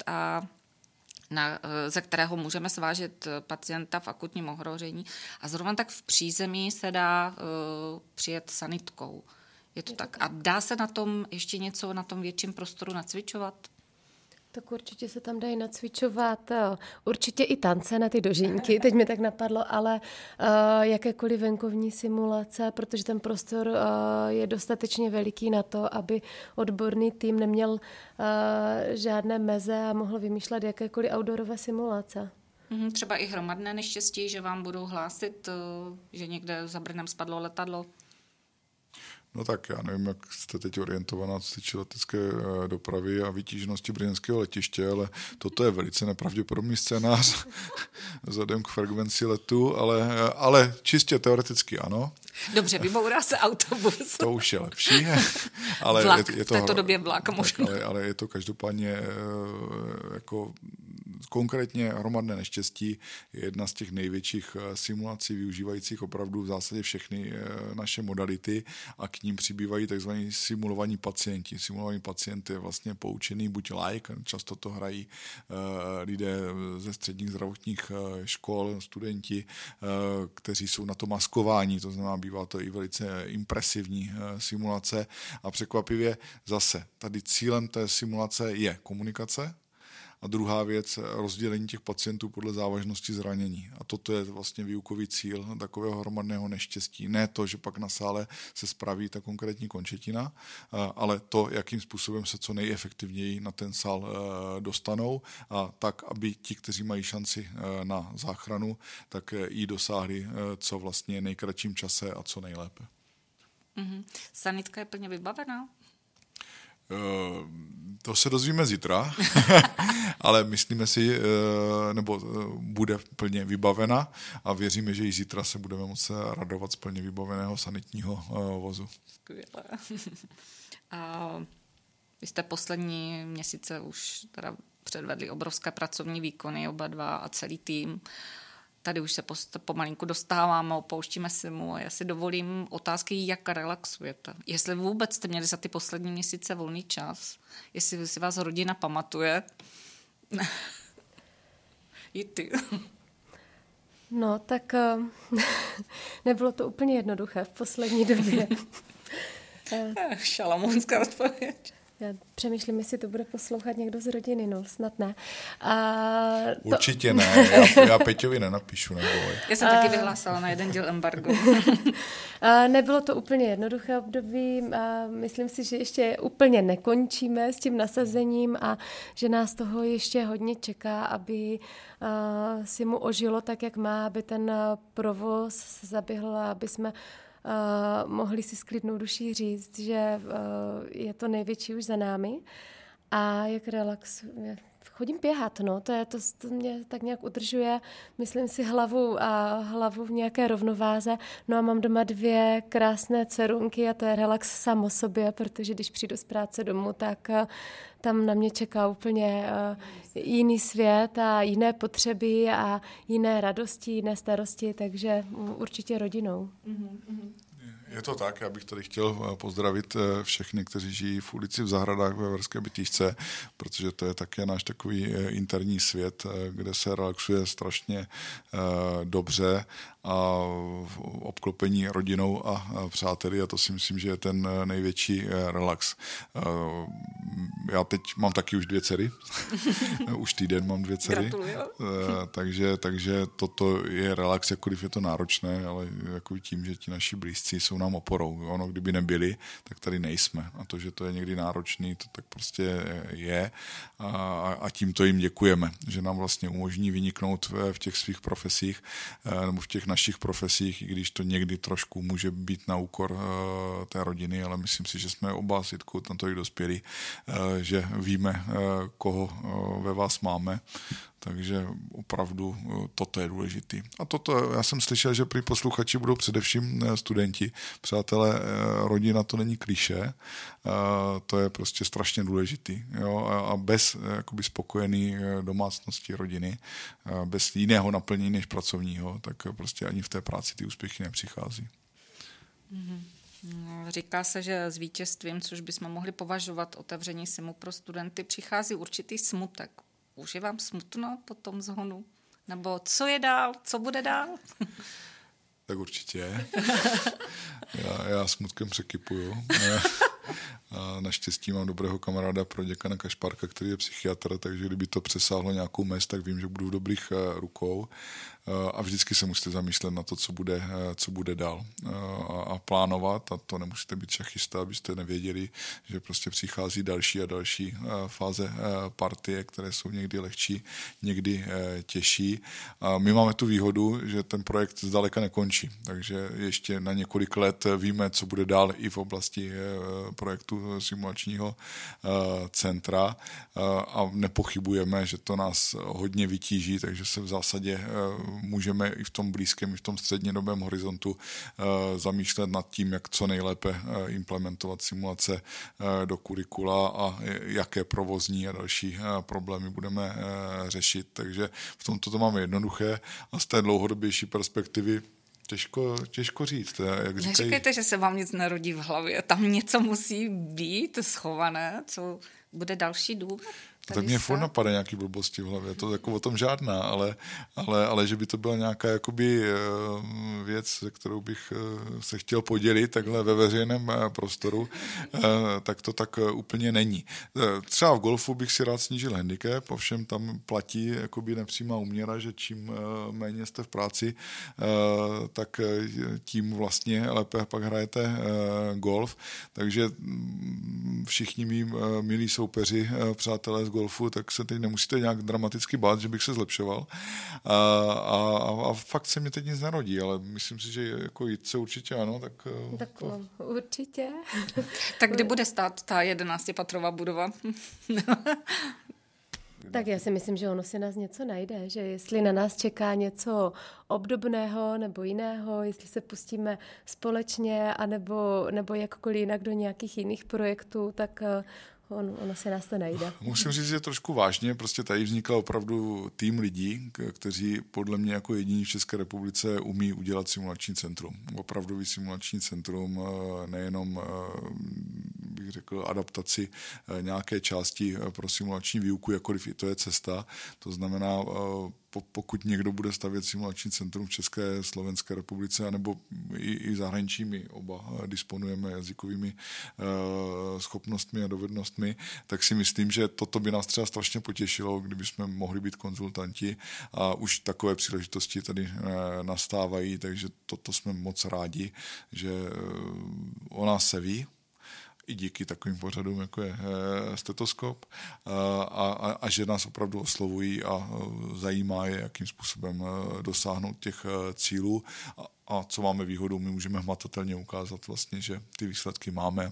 ze kterého můžeme svážet pacienta v akutním ohrožení. A zrovna tak v přízemí se dá přijet sanitkou. Je to tak. A dá se na tom ještě něco na tom větším prostoru nacvičovat? Tak určitě se tam dají nacvičovat, určitě i tance na ty dožínky, teď mi tak napadlo, ale jakékoliv venkovní simulace, protože ten prostor je dostatečně veliký na to, aby odborný tým neměl žádné meze a mohl vymýšlet jakékoliv outdoorové simulace. Třeba i hromadné neštěstí, že vám budou hlásit, že někde za Brnem spadlo letadlo. No tak já nevím, jak jste teď orientovaná, co se týče letecké dopravy a vytíženosti brněnského letiště, ale toto je velice nepravděpodobný scénář vzhledem k frekvenci letu, ale čistě teoreticky ano. Dobře, vybourá se autobus. To už je lepší. Ale vlak, je to, v této době vlak možná. Ale je to každopádně jako konkrétně hromadné neštěstí je jedna z těch největších simulací využívajících opravdu v zásadě všechny naše modality a k ním přibývají takzvaní simulovaní pacienti. Simulovaný pacient je vlastně poučený buď like, často to hrají lidé ze středních zdravotních škol, studenti, kteří jsou na to maskováni, to znamená, bývá to i velice impresivní simulace a překvapivě zase tady cílem té simulace je komunikace. A druhá věc, rozdělení těch pacientů podle závažnosti zranění. A toto je vlastně výukový cíl takového hromadného neštěstí. Ne to, že pak na sále se spraví ta konkrétní končetina, ale to, jakým způsobem se co nejefektivněji na ten sál dostanou a tak, aby ti, kteří mají šanci na záchranu, tak ji dosáhli co vlastně nejkratším čase a co nejlépe. Sanitka je plně vybavená? To se dozvíme zítra, ale myslíme si, nebo bude plně vybavena a věříme, že i zítra se budeme moci radovat z plně vybaveného sanitního vozu. Skvělé. A vy jste poslední měsíce už teda předvedli obrovské pracovní výkony, oba dva a celý tým. Tady už se pomalinku dostáváme, opouštíme si mu a já si dovolím otázky, jak relaxujete. Jestli vůbec jste měli za ty poslední měsíce volný čas, jestli si vás rodina pamatuje. I ty. No, tak nebylo to úplně jednoduché v poslední době. Šalamounská odpověď. Já přemýšlím, jestli to bude poslouchat někdo z rodiny, no snad ne. Určitě ne, já Peťovi nenapíšu, neboj. Já jsem taky vyhlásala na jeden díl embargo. Nebylo to úplně jednoduché období, myslím si, že ještě úplně nekončíme s tím nasazením a že nás toho ještě hodně čeká, aby si mu ožilo tak, jak má, aby ten provoz zaběhl a aby jsme mohli si s klidnou duší říct, že je to největší už za námi a jak relaxuje. chodím běhat, no, to mě tak nějak udržuje, myslím si, hlavu v nějaké rovnováze. No a mám doma 2 krásné dcerunky a to je relax sám o sobě, protože když přijdu z práce domů, tak tam na mě čeká úplně jiný svět a jiné potřeby a jiné radosti, jiné starosti, takže určitě rodinou. Je to tak, já bych tady chtěl pozdravit všechny, kteří žijí v ulici v Zahradách ve Verské Bytýšce, protože to je také náš takový interní svět, kde se relaxuje strašně dobře a v obklopení rodinou a přáteli a to si myslím, že je ten největší relax. Já teď mám taky už 2 dcery, už týden mám 2 dcery, takže toto je relax, jakkoliv je to náročné, ale jako tím, že ti naši blízcí jsou nám oporou. Ono, kdyby nebyli, tak tady nejsme. A to, že to je někdy náročný, to tak prostě je a tímto jim děkujeme, že nám vlastně umožní vyniknout v těch svých profesích nebo v těch našich profesích, i když to někdy trošku může být na úkor té rodiny, ale myslím si, že jsme oba s Jitkou tam to i dospěli, že víme, koho ve vás máme. Takže opravdu toto je důležitý. A toto, já jsem slyšel, že prý posluchači budou především studenti. Přátelé, rodina to není klišé, to je prostě strašně důležitý. Jo? A bez jakoby spokojený domácnosti rodiny, bez jiného naplnění než pracovního, tak prostě ani v té práci ty úspěchy nepřichází. Říká se, že s vítězstvím, což bychom mohli považovat otevření SIMu pro studenty, přichází určitý smutek. Už je vám smutno po tom zhonu? Nebo co je dál? Co bude dál? Tak určitě. Já smutkem překypuju. A naštěstí mám dobrého kamaráda pro děkana Kašparka, který je psychiatr, takže kdyby to přesáhlo nějakou mez, tak vím, že budu v dobrých rukou. A vždycky se musíte zamýšlet na to, co bude dál a plánovat. A to nemusíte být šachista, abyste nevěděli, že prostě přichází další a další fáze partie, které jsou někdy lehčí, někdy těžší. A my máme tu výhodu, že ten projekt zdaleka nekončí, takže ještě na několik let víme, co bude dál i v oblasti projektu simulačního centra a nepochybujeme, že to nás hodně vytíží, takže se v zásadě můžeme i v tom blízkém, i v tom střednědobém horizontu zamýšlet nad tím, jak co nejlépe implementovat simulace do kurikula a jaké provozní a další problémy budeme řešit. Takže v tomto to máme jednoduché a z té dlouhodobější perspektivy těžko říct. Neříkejte, že se vám nic nerodí v hlavě. Tam něco musí být schované, co bude další důvod. Tak mě furt napadá nějaký blbosti v hlavě, to jako o tom žádná, ale že by to byla nějaká jakoby věc, se kterou bych se chtěl podělit takhle ve veřejném prostoru, tak to tak úplně není. Třeba v golfu bych si rád snížil handicap, ovšem tam platí jakoby nepřímá úměra, že čím méně jste v práci, tak tím vlastně lépe pak hrajete golf, takže všichni mý milí soupeři, přátelé z golfu, tak se teď nemusíte nějak dramaticky bát, že bych se zlepšoval. A fakt se mě teď nic nerodí, ale myslím si, že jako jít se určitě ano. Tak určitě. Tak kde bude stát ta 11patrová budova? Tak já si myslím, že ono si nás něco najde, že jestli na nás čeká něco obdobného nebo jiného, jestli se pustíme společně, nebo jakkoliv jinak do nějakých jiných projektů, tak ono se nás to najde. Musím říct, že trošku vážně, prostě tady vznikl opravdu tým lidí, kteří podle mě jako jediní v České republice umí udělat simulační centrum. Opravdový simulační centrum, nejenom bych řekl adaptaci nějaké části pro simulační výuku, jakkoliv i to je cesta. To znamená, pokud někdo bude stavět simulační centrum v České, Slovenské republice, anebo i zahraničí, my oba disponujeme jazykovými schopnostmi a dovednostmi, tak si myslím, že toto by nás třeba strašně potěšilo, kdyby jsme mohli být konzultanti a už takové příležitosti tady nastávají, takže toto jsme moc rádi, že o nás se ví, i díky takovým pořadům, jako je Stetoskop, a že nás opravdu oslovují a zajímá je, jakým způsobem dosáhnout těch cílů a co máme výhodu, my můžeme hmatatelně ukázat vlastně, že ty výsledky máme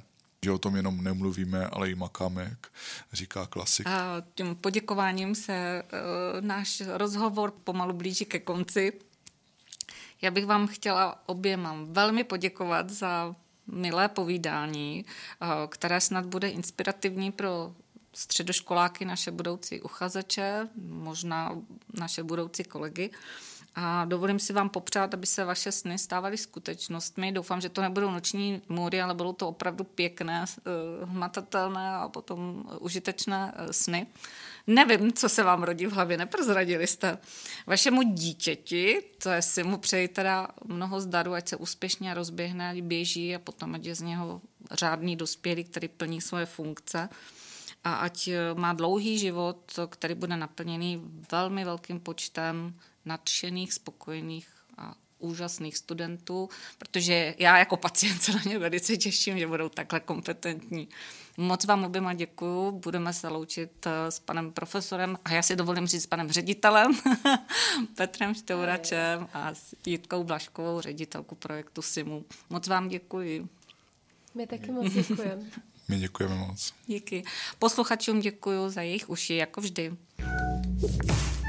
že o tom jenom nemluvíme, ale i makáme, jak říká klasik. A tím poděkováním se náš rozhovor pomalu blíží ke konci. Já bych vám chtěla oběma velmi poděkovat za milé povídání, které snad bude inspirativní pro středoškoláky, naše budoucí uchazeče, možná naše budoucí kolegy. A dovolím si vám popřát, aby se vaše sny stávaly skutečnostmi. Doufám, že to nebudou noční můry, ale budou to opravdu pěkné, hmatatelné a potom užitečné sny. Nevím, co se vám rodí v hlavě, neprozradili jste. Vašemu dítěti, to je si mu přeji teda mnoho zdaru, ať se úspěšně rozběhne, ať běží a potom ať je z něho řádný dospělý, který plní svoje funkce. A ať má dlouhý život, který bude naplněný velmi velkým počtem nadšených, spokojených a úžasných studentů, protože já jako pacient se na ně velice těším, že budou takhle kompetentní. Moc vám oběma děkuju, budeme se loučit s panem profesorem a já si dovolím říct s panem ředitelem Petrem Štouračem a s Jitkou Blažkovou, ředitelku projektu SIMU. Moc vám děkuji. My taky moc děkujeme. My děkujeme moc. Díky. Posluchačům děkuju za jejich uši, jako vždy.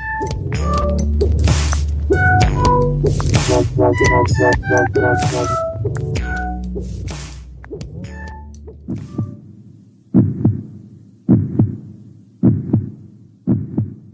Thank you.